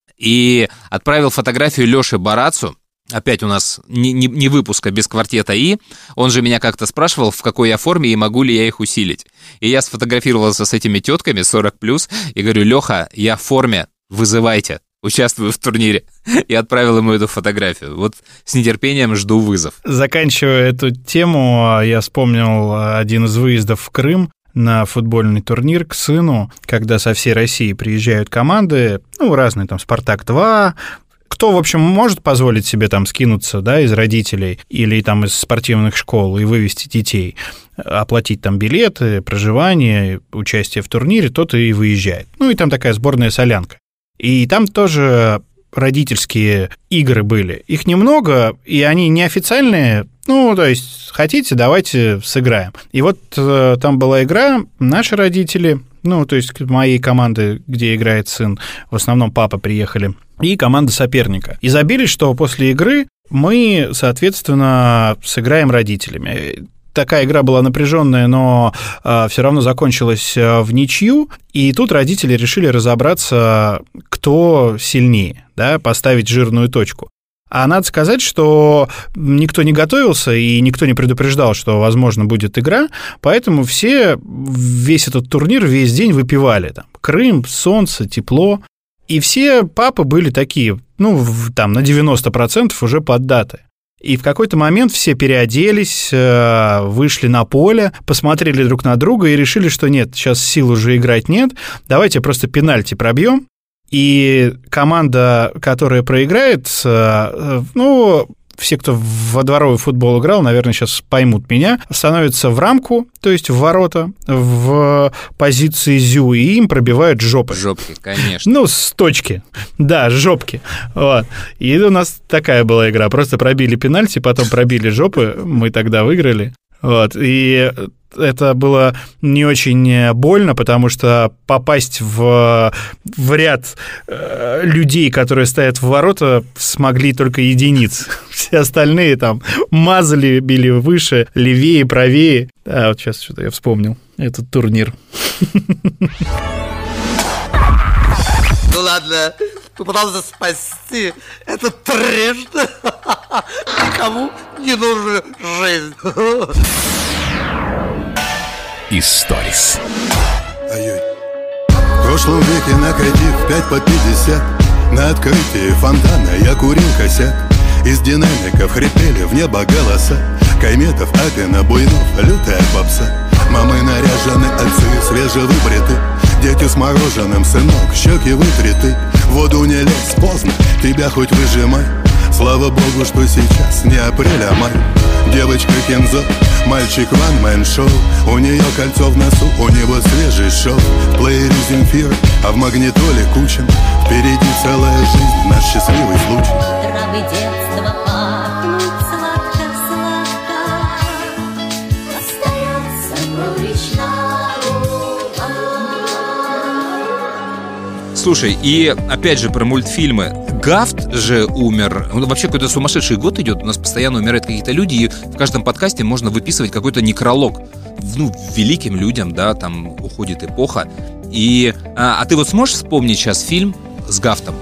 и отправил фотографию Лёше Барацу. Опять у нас не выпуска без квартета И. Он же меня как-то спрашивал, в какой я форме и могу ли я их усилить. И я сфотографировался с этими тетками 40+, и говорю: Леха, я в форме, вызывайте, участвую в турнире. И отправил ему эту фотографию. Вот с нетерпением жду вызов. Заканчивая эту тему, я вспомнил один из выездов в Крым на футбольный турнир к сыну, когда со всей России приезжают команды, разные, там, «Спартак-2», кто, в общем, может позволить себе там скинуться, из родителей или там из спортивных школ и вывести детей, оплатить там билеты, проживание, участие в турнире, тот и выезжает. И там такая сборная солянка. И там тоже родительские игры были. Их немного, и они неофициальные. То есть, хотите, давайте сыграем. И вот там была игра, наши родители, то есть моей команды, где играет сын, в основном папа приехали, и команда соперника. И забили, что после игры мы, соответственно, сыграем родителями. Такая игра была напряженная, но все равно закончилась в ничью, и тут родители решили разобраться, кто сильнее, поставить жирную точку. А надо сказать, что никто не готовился и никто не предупреждал, что, возможно, будет игра, поэтому все весь этот турнир весь день выпивали. Там Крым, солнце, тепло. И все папы были такие, там на 90% уже поддаты. И в какой-то момент все переоделись, вышли на поле, посмотрели друг на друга и решили, что нет, сейчас сил уже играть нет, давайте просто пенальти пробьем. И команда, которая проиграет, ну, все, кто во дворовый футбол играл, наверное, сейчас поймут меня, становятся в рамку, то есть в ворота, в позиции зю, и им пробивают жопы. Жопки, конечно. Ну, с точки. Да, жопки. Вот. И у нас такая была игра. Просто пробили пенальти, потом пробили жопы, мы тогда выиграли. Вот. И это было не очень больно, потому что попасть в ряд людей, которые стоят в ворота, смогли только единицы. Все остальные там мазали, били выше, левее, правее. А вот сейчас что-то я вспомнил этот турнир. Ну ладно, попытался спасти этот трэш. Никому не нужна жизнь. Историс. В прошлом веке, накатив 5 по 50, на открытии фонтана я курил косяк. Из динамиков хрипели в небо голоса Кайметов, Апина, Буйнов, лютая попса. Мамы наряжены, отцы свежевыбриты, дети с мороженым, сынок, щеки вытреты. В воду не лезь, поздно, тебя хоть выжимай. Слава богу, что сейчас не апрель, а май. Девочка Кензо, мальчик ван-мэн-шоу. У нее кольцо в носу, у него свежий шоу. В плеере Земфира, а в магнитоле Кучин. Впереди целая жизнь, наш счастливый случай. Травы детства пахнут сладко-сладко, остается горечь на губах. Слушай, и опять же про мультфильмы. Гафт же умер. Вообще какой-то сумасшедший год идет. У нас постоянно умирают какие-то люди, и в каждом подкасте можно выписывать какой-то некролог. Ну, великим людям, да, там уходит эпоха. И, а ты вот сможешь вспомнить сейчас фильм с Гафтом?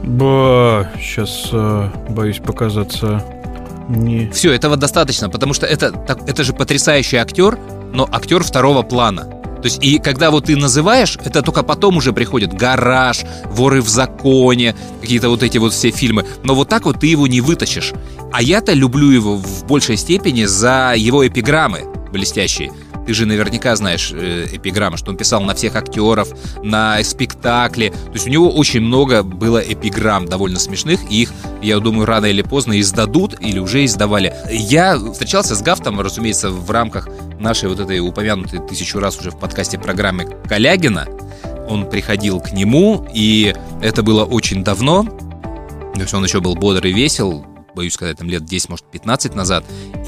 Сейчас боюсь показаться не... Все, этого достаточно, потому что это же потрясающий актер, но актер второго плана. То есть, и когда вот ты называешь, это только потом уже приходит «Гараж», «Воры в законе», какие-то вот эти вот все фильмы. Но вот так вот ты его не вытащишь. А я-то люблю его в большей степени за его эпиграммы блестящие. Ты же наверняка знаешь эпиграммы, что он писал на всех актеров, на спектакле. То есть у него очень много было эпиграмм довольно смешных, и их, я думаю, рано или поздно издадут или уже издавали. Я встречался с Гафтом, разумеется, в рамках нашей вот этой упомянутой 1000 раз уже в подкасте программы Калягина. Он приходил к нему, и это было очень давно. То есть он еще был бодр и весел, боюсь сказать, там лет 10, может, 15 назад.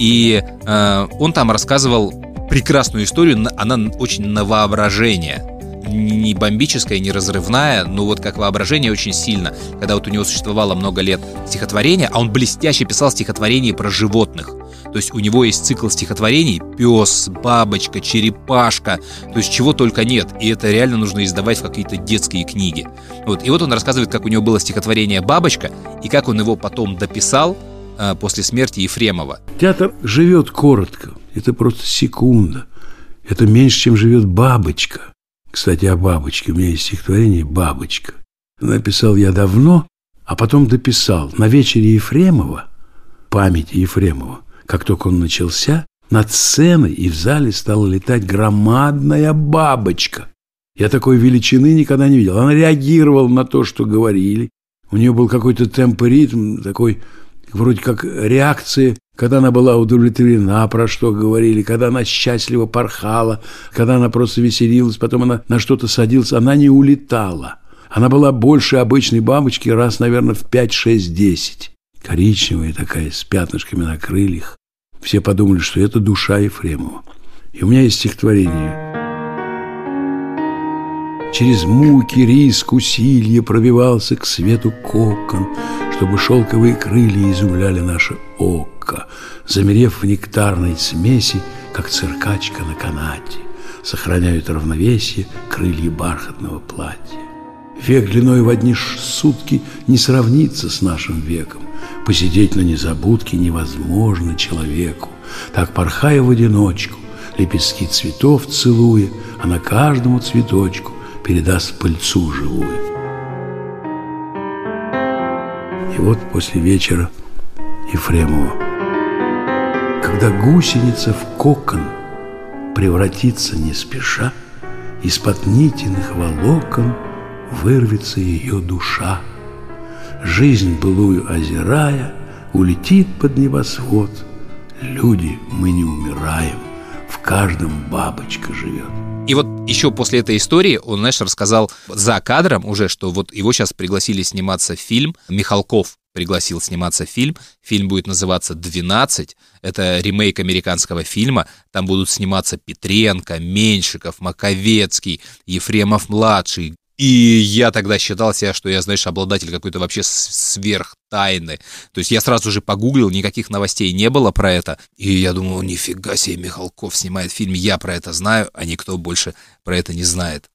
И он там рассказывал прекрасную историю, она очень на воображение. Не бомбическая, не разрывная, но вот как воображение очень сильно. Когда вот у него существовало много лет стихотворения, а он блестяще писал стихотворения про животных. То есть у него есть цикл стихотворений: пес, бабочка, черепашка, то есть чего только нет. И это реально нужно издавать в какие-то детские книги. Вот. И вот он рассказывает, как у него было стихотворение «Бабочка», и как он его потом дописал после смерти Ефремова. Театр живет коротко. Это просто секунда. Это меньше, чем живет бабочка. Кстати, о бабочке. У меня есть стихотворение «Бабочка». Написал я давно, а потом дописал. На вечере Ефремова, памяти Ефремова, как только он начался, над сценой и в зале стала летать громадная бабочка. Я такой величины никогда не видел. Она реагировала на то, что говорили. У нее был какой-то темп и ритм, такой вроде как реакция, когда она была удовлетворена, про что говорили, когда она счастливо порхала, когда она просто веселилась, потом она на что-то садилась, она не улетала. Она была больше обычной бабочки раз, наверное, в 5, 6, 10. Коричневая такая, с пятнышками на крыльях. Все подумали, что это душа Ефремова. И у меня есть стихотворение. Через муки, риск, усилие пробивался к свету кокон, чтобы шелковые крылья изумляли наше око, замерев в нектарной смеси, как циркачка на канате, сохраняют равновесие крылья бархатного платья. Век длиной в одни сутки не сравнится с нашим веком. Посидеть на незабудке невозможно человеку. Так, порхая в одиночку, лепестки цветов целуя, она каждому цветочку передаст пыльцу живую. И вот после вечера Ефремова, когда гусеница в кокон превратится не спеша, из-под нитиных волокон вырвется ее душа. Жизнь былую озирая, улетит под небосвод. Люди, мы не умираем, в каждом бабочка живет. И вот еще после этой истории он, знаешь, рассказал за кадром уже, что вот его сейчас пригласили сниматься в фильм. Михалков пригласил сниматься в фильм. Фильм будет называться «12». Это ремейк американского фильма. Там будут сниматься Петренко, Меньшиков, Маковецкий, Ефремов-младший. И я тогда считал себя, что я, знаешь, обладатель какой-то вообще сверхтайны. То есть я сразу же погуглил, никаких новостей не было про это. И я думал, нифига себе, Михалков снимает фильм, я про это знаю, а никто больше про это не знает.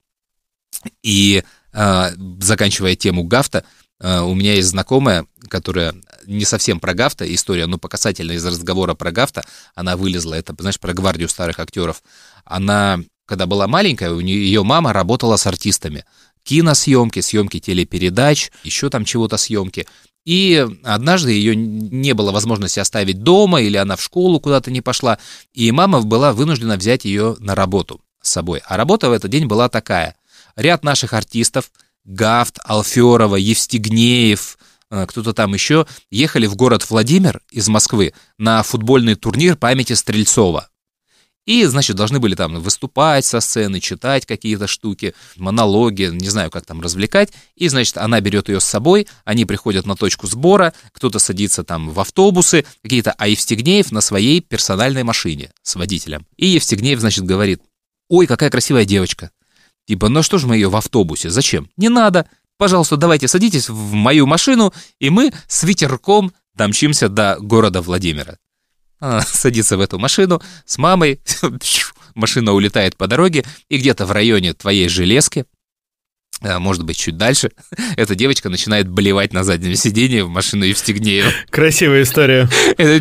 И заканчивая тему Гафта, у меня есть знакомая, которая не совсем про Гафта, история, но по касательно из разговора про Гафта, она вылезла, это, знаешь, про гвардию старых актеров. Она, когда была маленькая, у нее ее мама работала с артистами. Киносъемки, съемки телепередач, еще там чего-то съемки. И однажды ее не было возможности оставить дома, или она в школу куда-то не пошла, и мама была вынуждена взять ее на работу с собой. А работа в этот день была такая. Ряд наших артистов, Гафт, Алферова, Евстигнеев, кто-то там еще, ехали в город Владимир из Москвы на футбольный турнир памяти Стрельцова. И, значит, должны были там выступать со сцены, читать какие-то штуки, монологи, не знаю, как там развлекать. И, значит, она берет ее с собой, они приходят на точку сбора, кто-то садится там в автобусы какие-то, а Евстигнеев на своей персональной машине с водителем. И Евстигнеев, значит, говорит: ой, какая красивая девочка. Типа, ну что же мы ее в автобусе, зачем? Не надо, пожалуйста, давайте садитесь в мою машину, и мы с ветерком домчимся до города Владимира. Она садится в эту машину с мамой, машина улетает по дороге, и где-то в районе твоей железки, может быть, чуть дальше, эта девочка начинает блевать на заднем сиденье в машину Евстигнеева. Красивая история.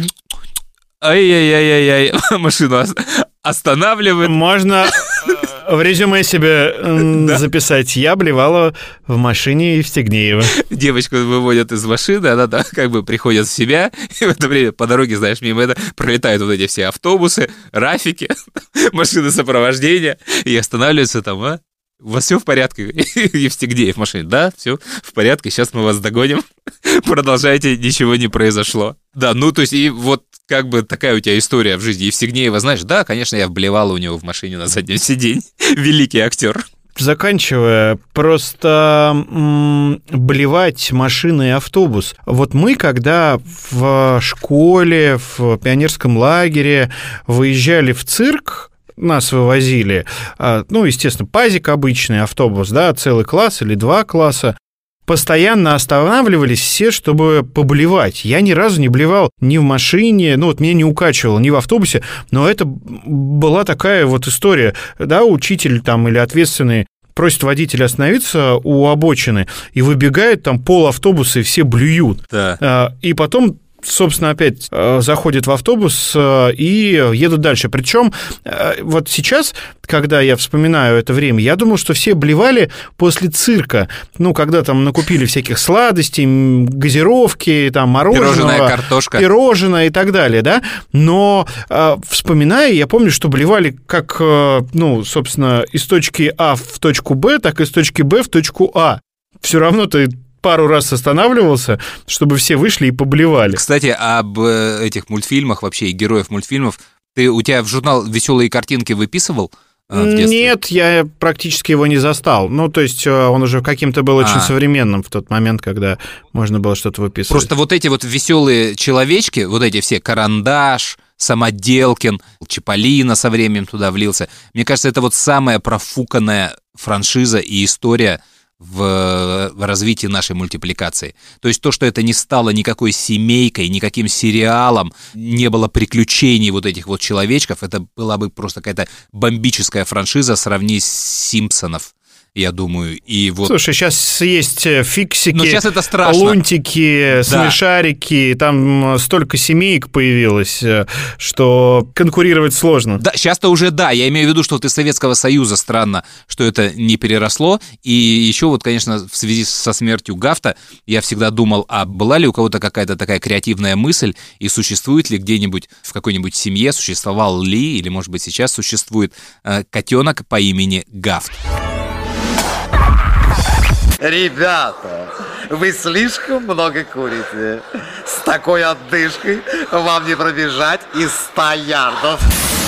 Ай-яй-яй-яй-яй, машину останавливает. Можно в резюме себе записать: я блевала в машине Евстигнеева. Девочку выводят из машины, она как бы приходит в себя, и в это время по дороге, знаешь, мимо этого пролетают вот эти все автобусы, рафики, машины сопровождения, и останавливаются там: у вас все в порядке? Евстигнеев в машине: да, все в порядке, сейчас мы вас догоним, продолжайте, ничего не произошло. Да, ну то есть и вот как бы такая у тебя история в жизни Евстигнеева, знаешь, да, конечно, я блевал у него в машине на заднем сиденье, великий актер. Заканчивая, просто блевать машина и автобус. Вот мы, когда в школе, в пионерском лагере выезжали в цирк, нас вывозили, ну, естественно, пазик обычный, автобус, да, целый класс или 2 класса, постоянно останавливались все, чтобы поблевать. Я ни разу не блевал ни в машине, ну, вот меня не укачивало, ни в автобусе, но это была такая вот история, да, учитель там или ответственный просит водителя остановиться у обочины, и выбегает там пол автобуса, и все блюют. Да. И потом, собственно, опять заходят в автобус и едут дальше. Причем вот сейчас, когда я вспоминаю это время, я думал, что все блевали после цирка. Ну, когда там накупили всяких сладостей, газировки, там, мороженого. Пирожная картошка. Пирожное и так далее, да. Но, вспоминая, я помню, что блевали как, ну, собственно, из точки А в точку Б, так и из точки Б в точку А. Все равно ты пару раз останавливался, чтобы все вышли и поблевали. Кстати, об этих мультфильмах вообще и героев мультфильмов, у тебя в журнал «Веселые картинки» выписывал в детстве? Нет, я практически его не застал. Ну, то есть он уже каким-то был очень современным в тот момент, когда можно было что-то выписывать. Просто вот эти вот веселые человечки, вот эти все, Карандаш, Самоделкин, Чиполлино со временем туда влился. Мне кажется, это вот самая профуканная франшиза и история в развитии нашей мультипликации. То есть то, что это не стало никакой семейкой, никаким сериалом, не было приключений вот этих вот человечков, это была бы просто какая-то бомбическая франшиза, сравни с «Симпсонов», я думаю. И вот... Слушай, сейчас есть фиксики, но сейчас это страшно. Лунтики, смешарики, там столько семеек появилось, что конкурировать сложно. Да, сейчас-то уже да, я имею в виду, что вот из Советского Союза странно, что это не переросло, и еще вот, конечно, в связи со смертью Гафта я всегда думал, а была ли у кого-то какая-то такая креативная мысль, и существует ли где-нибудь в какой-нибудь семье, существовал ли, или, может быть, сейчас существует котенок по имени Гафт. Ребята, вы слишком много курите. С такой отдышкой вам не пробежать из 100 ярдов.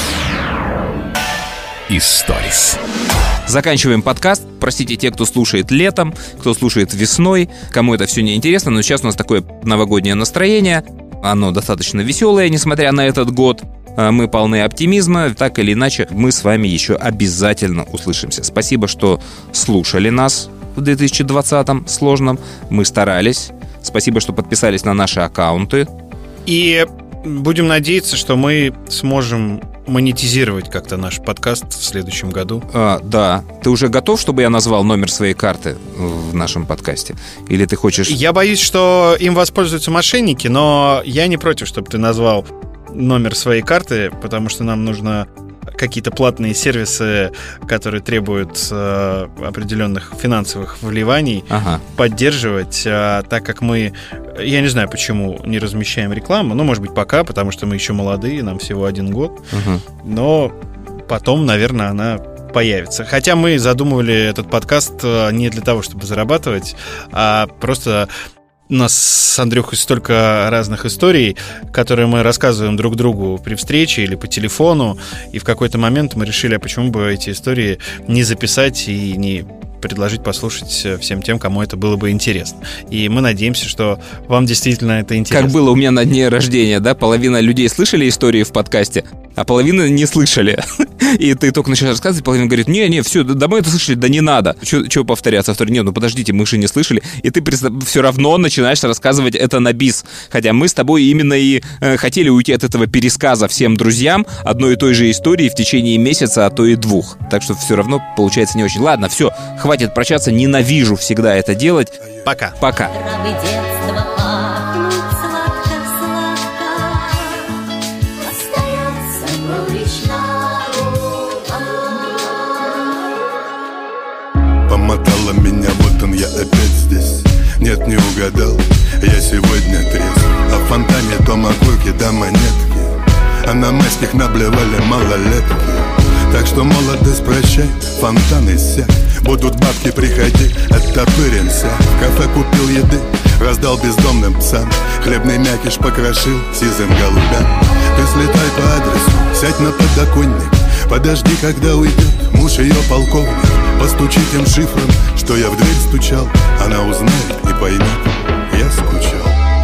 Историс. Заканчиваем подкаст. Простите те, кто слушает летом, кто слушает весной, кому это все не интересно, но сейчас у нас такое новогоднее настроение. Оно достаточно веселое, несмотря на этот год. Мы полны оптимизма. Так или иначе, мы с вами еще обязательно услышимся. Спасибо, что слушали нас в 2020-м сложном. Мы старались. Спасибо, что подписались на наши аккаунты. И будем надеяться, что мы сможем монетизировать как-то наш подкаст в следующем году. Да. Ты уже готов, чтобы я назвал номер своей карты в нашем подкасте? Или ты хочешь... Я боюсь, что им воспользуются мошенники, но я не против, чтобы ты назвал номер своей карты, потому что нам нужно какие-то платные сервисы, которые требуют определенных финансовых вливаний, поддерживать, так как мы, я не знаю, почему не размещаем рекламу, ну, может быть, пока, потому что мы еще молодые, нам всего 1 год, но потом, наверное, она появится. Хотя мы задумывали этот подкаст не для того, чтобы зарабатывать, а просто... У нас с Андрюхой столько разных историй, которые мы рассказываем друг другу при встрече или по телефону, и в какой-то момент мы решили, а почему бы эти истории не записать и не предложить послушать всем тем, кому это было бы интересно. И мы надеемся, что вам действительно это интересно. Как было у меня на дне рождения, да? Половина людей слышали истории в подкасте, а половина не слышали. И ты только начинаешь рассказывать, половина говорит, не, все, да мы это слышали, да не надо. Чего повторяться? Второй, нет, ну подождите, мы же не слышали. И ты все равно начинаешь рассказывать это на бис. Хотя мы с тобой именно и хотели уйти от этого пересказа всем друзьям одной и той же истории в течение месяца, а то и 2. Так что все равно получается не очень. Ладно, все, хватит прощаться, ненавижу всегда это делать. Пока. Пока. Помотала меня, вот он, я опять здесь. Нет, не угадал, я сегодня трезв. А в фонтане то макульки, да монетки, а на майских наблевали малолетки. Так что молодость прощай, фонтан иссяк. Будут бабки, приходи, оттопыримся. В кафе купил еды, раздал бездомным псам. Хлебный мякиш покрошил сизым голубям. Ты слетай по адресу, сядь на подоконник. Подожди, когда уйдет муж ее полковник. Постучи тем шифром, что я в дверь стучал. Она узнает и поймет, я скучал.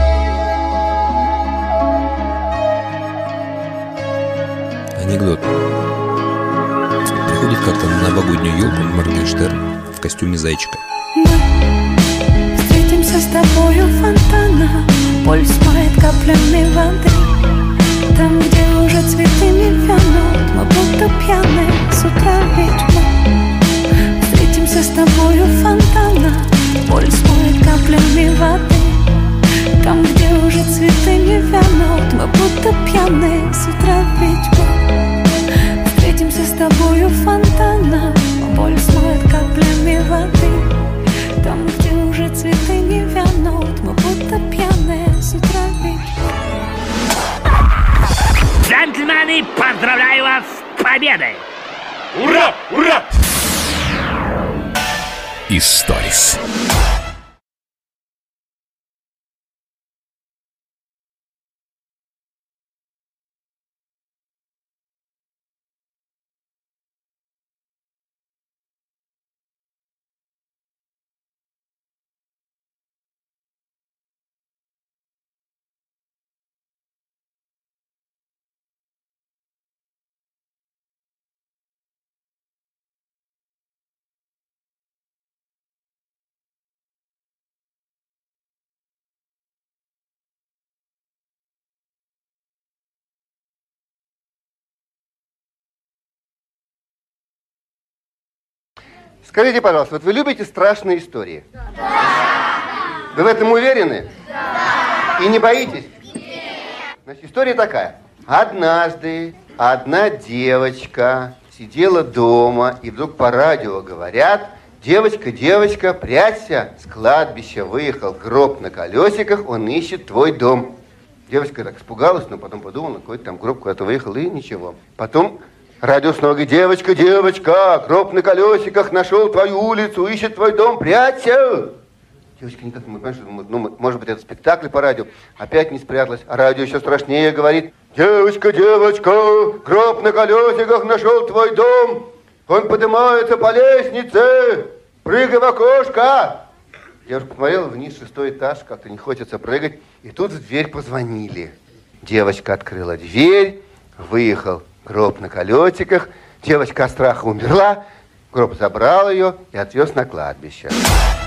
Анекдот. Приходит как-то на новогоднюю елку Моргенштерн в костюме зайчика. Встретимся с тобою у фонтана, пульс мает каплями воды. Там, где уже цветы не вянут, мы будто пьяные с утра ведьмы. Встретимся с тобою у фонтана, пульс мает каплями воды. Там, где уже цветы не вянут, мы будто пьяные с утра ведьмы. Встретимся с тобою у фонтана, пульс мает каплями воды. Там, где уже цветы не вянут, мы будто пьяные с утра ведьмы. Джентльмены, поздравляю вас с победой! Ура! Ура! Историс. Скажите, пожалуйста, вот вы любите страшные истории? Да. Вы в этом уверены? Да. И не боитесь? Нет. Значит, история такая. Однажды одна девочка сидела дома, и вдруг по радио говорят: девочка, девочка, прячься, с кладбища выехал гроб на колесиках, он ищет твой дом. Девочка так испугалась, но потом подумала, какой-то там гроб куда-то выехал, и ничего. Потом Радио с ногой. Девочка, девочка, гроб на колесиках нашел твою улицу, ищет твой дом, прячься. Девочка никак не понимает, что, ну, может быть, это спектакль по радио. Опять не спряталась, а радио еще страшнее говорит. Девочка, девочка, гроб на колесиках нашел твой дом. Он поднимается по лестнице. Прыгай в окошко. Девушка посмотрела вниз, 6-й этаж, как-то не хочется прыгать. И тут в дверь позвонили. Девочка открыла дверь, выехал гроб на колесиках. Девочка от страха умерла. Гроб забрал ее и отвез на кладбище.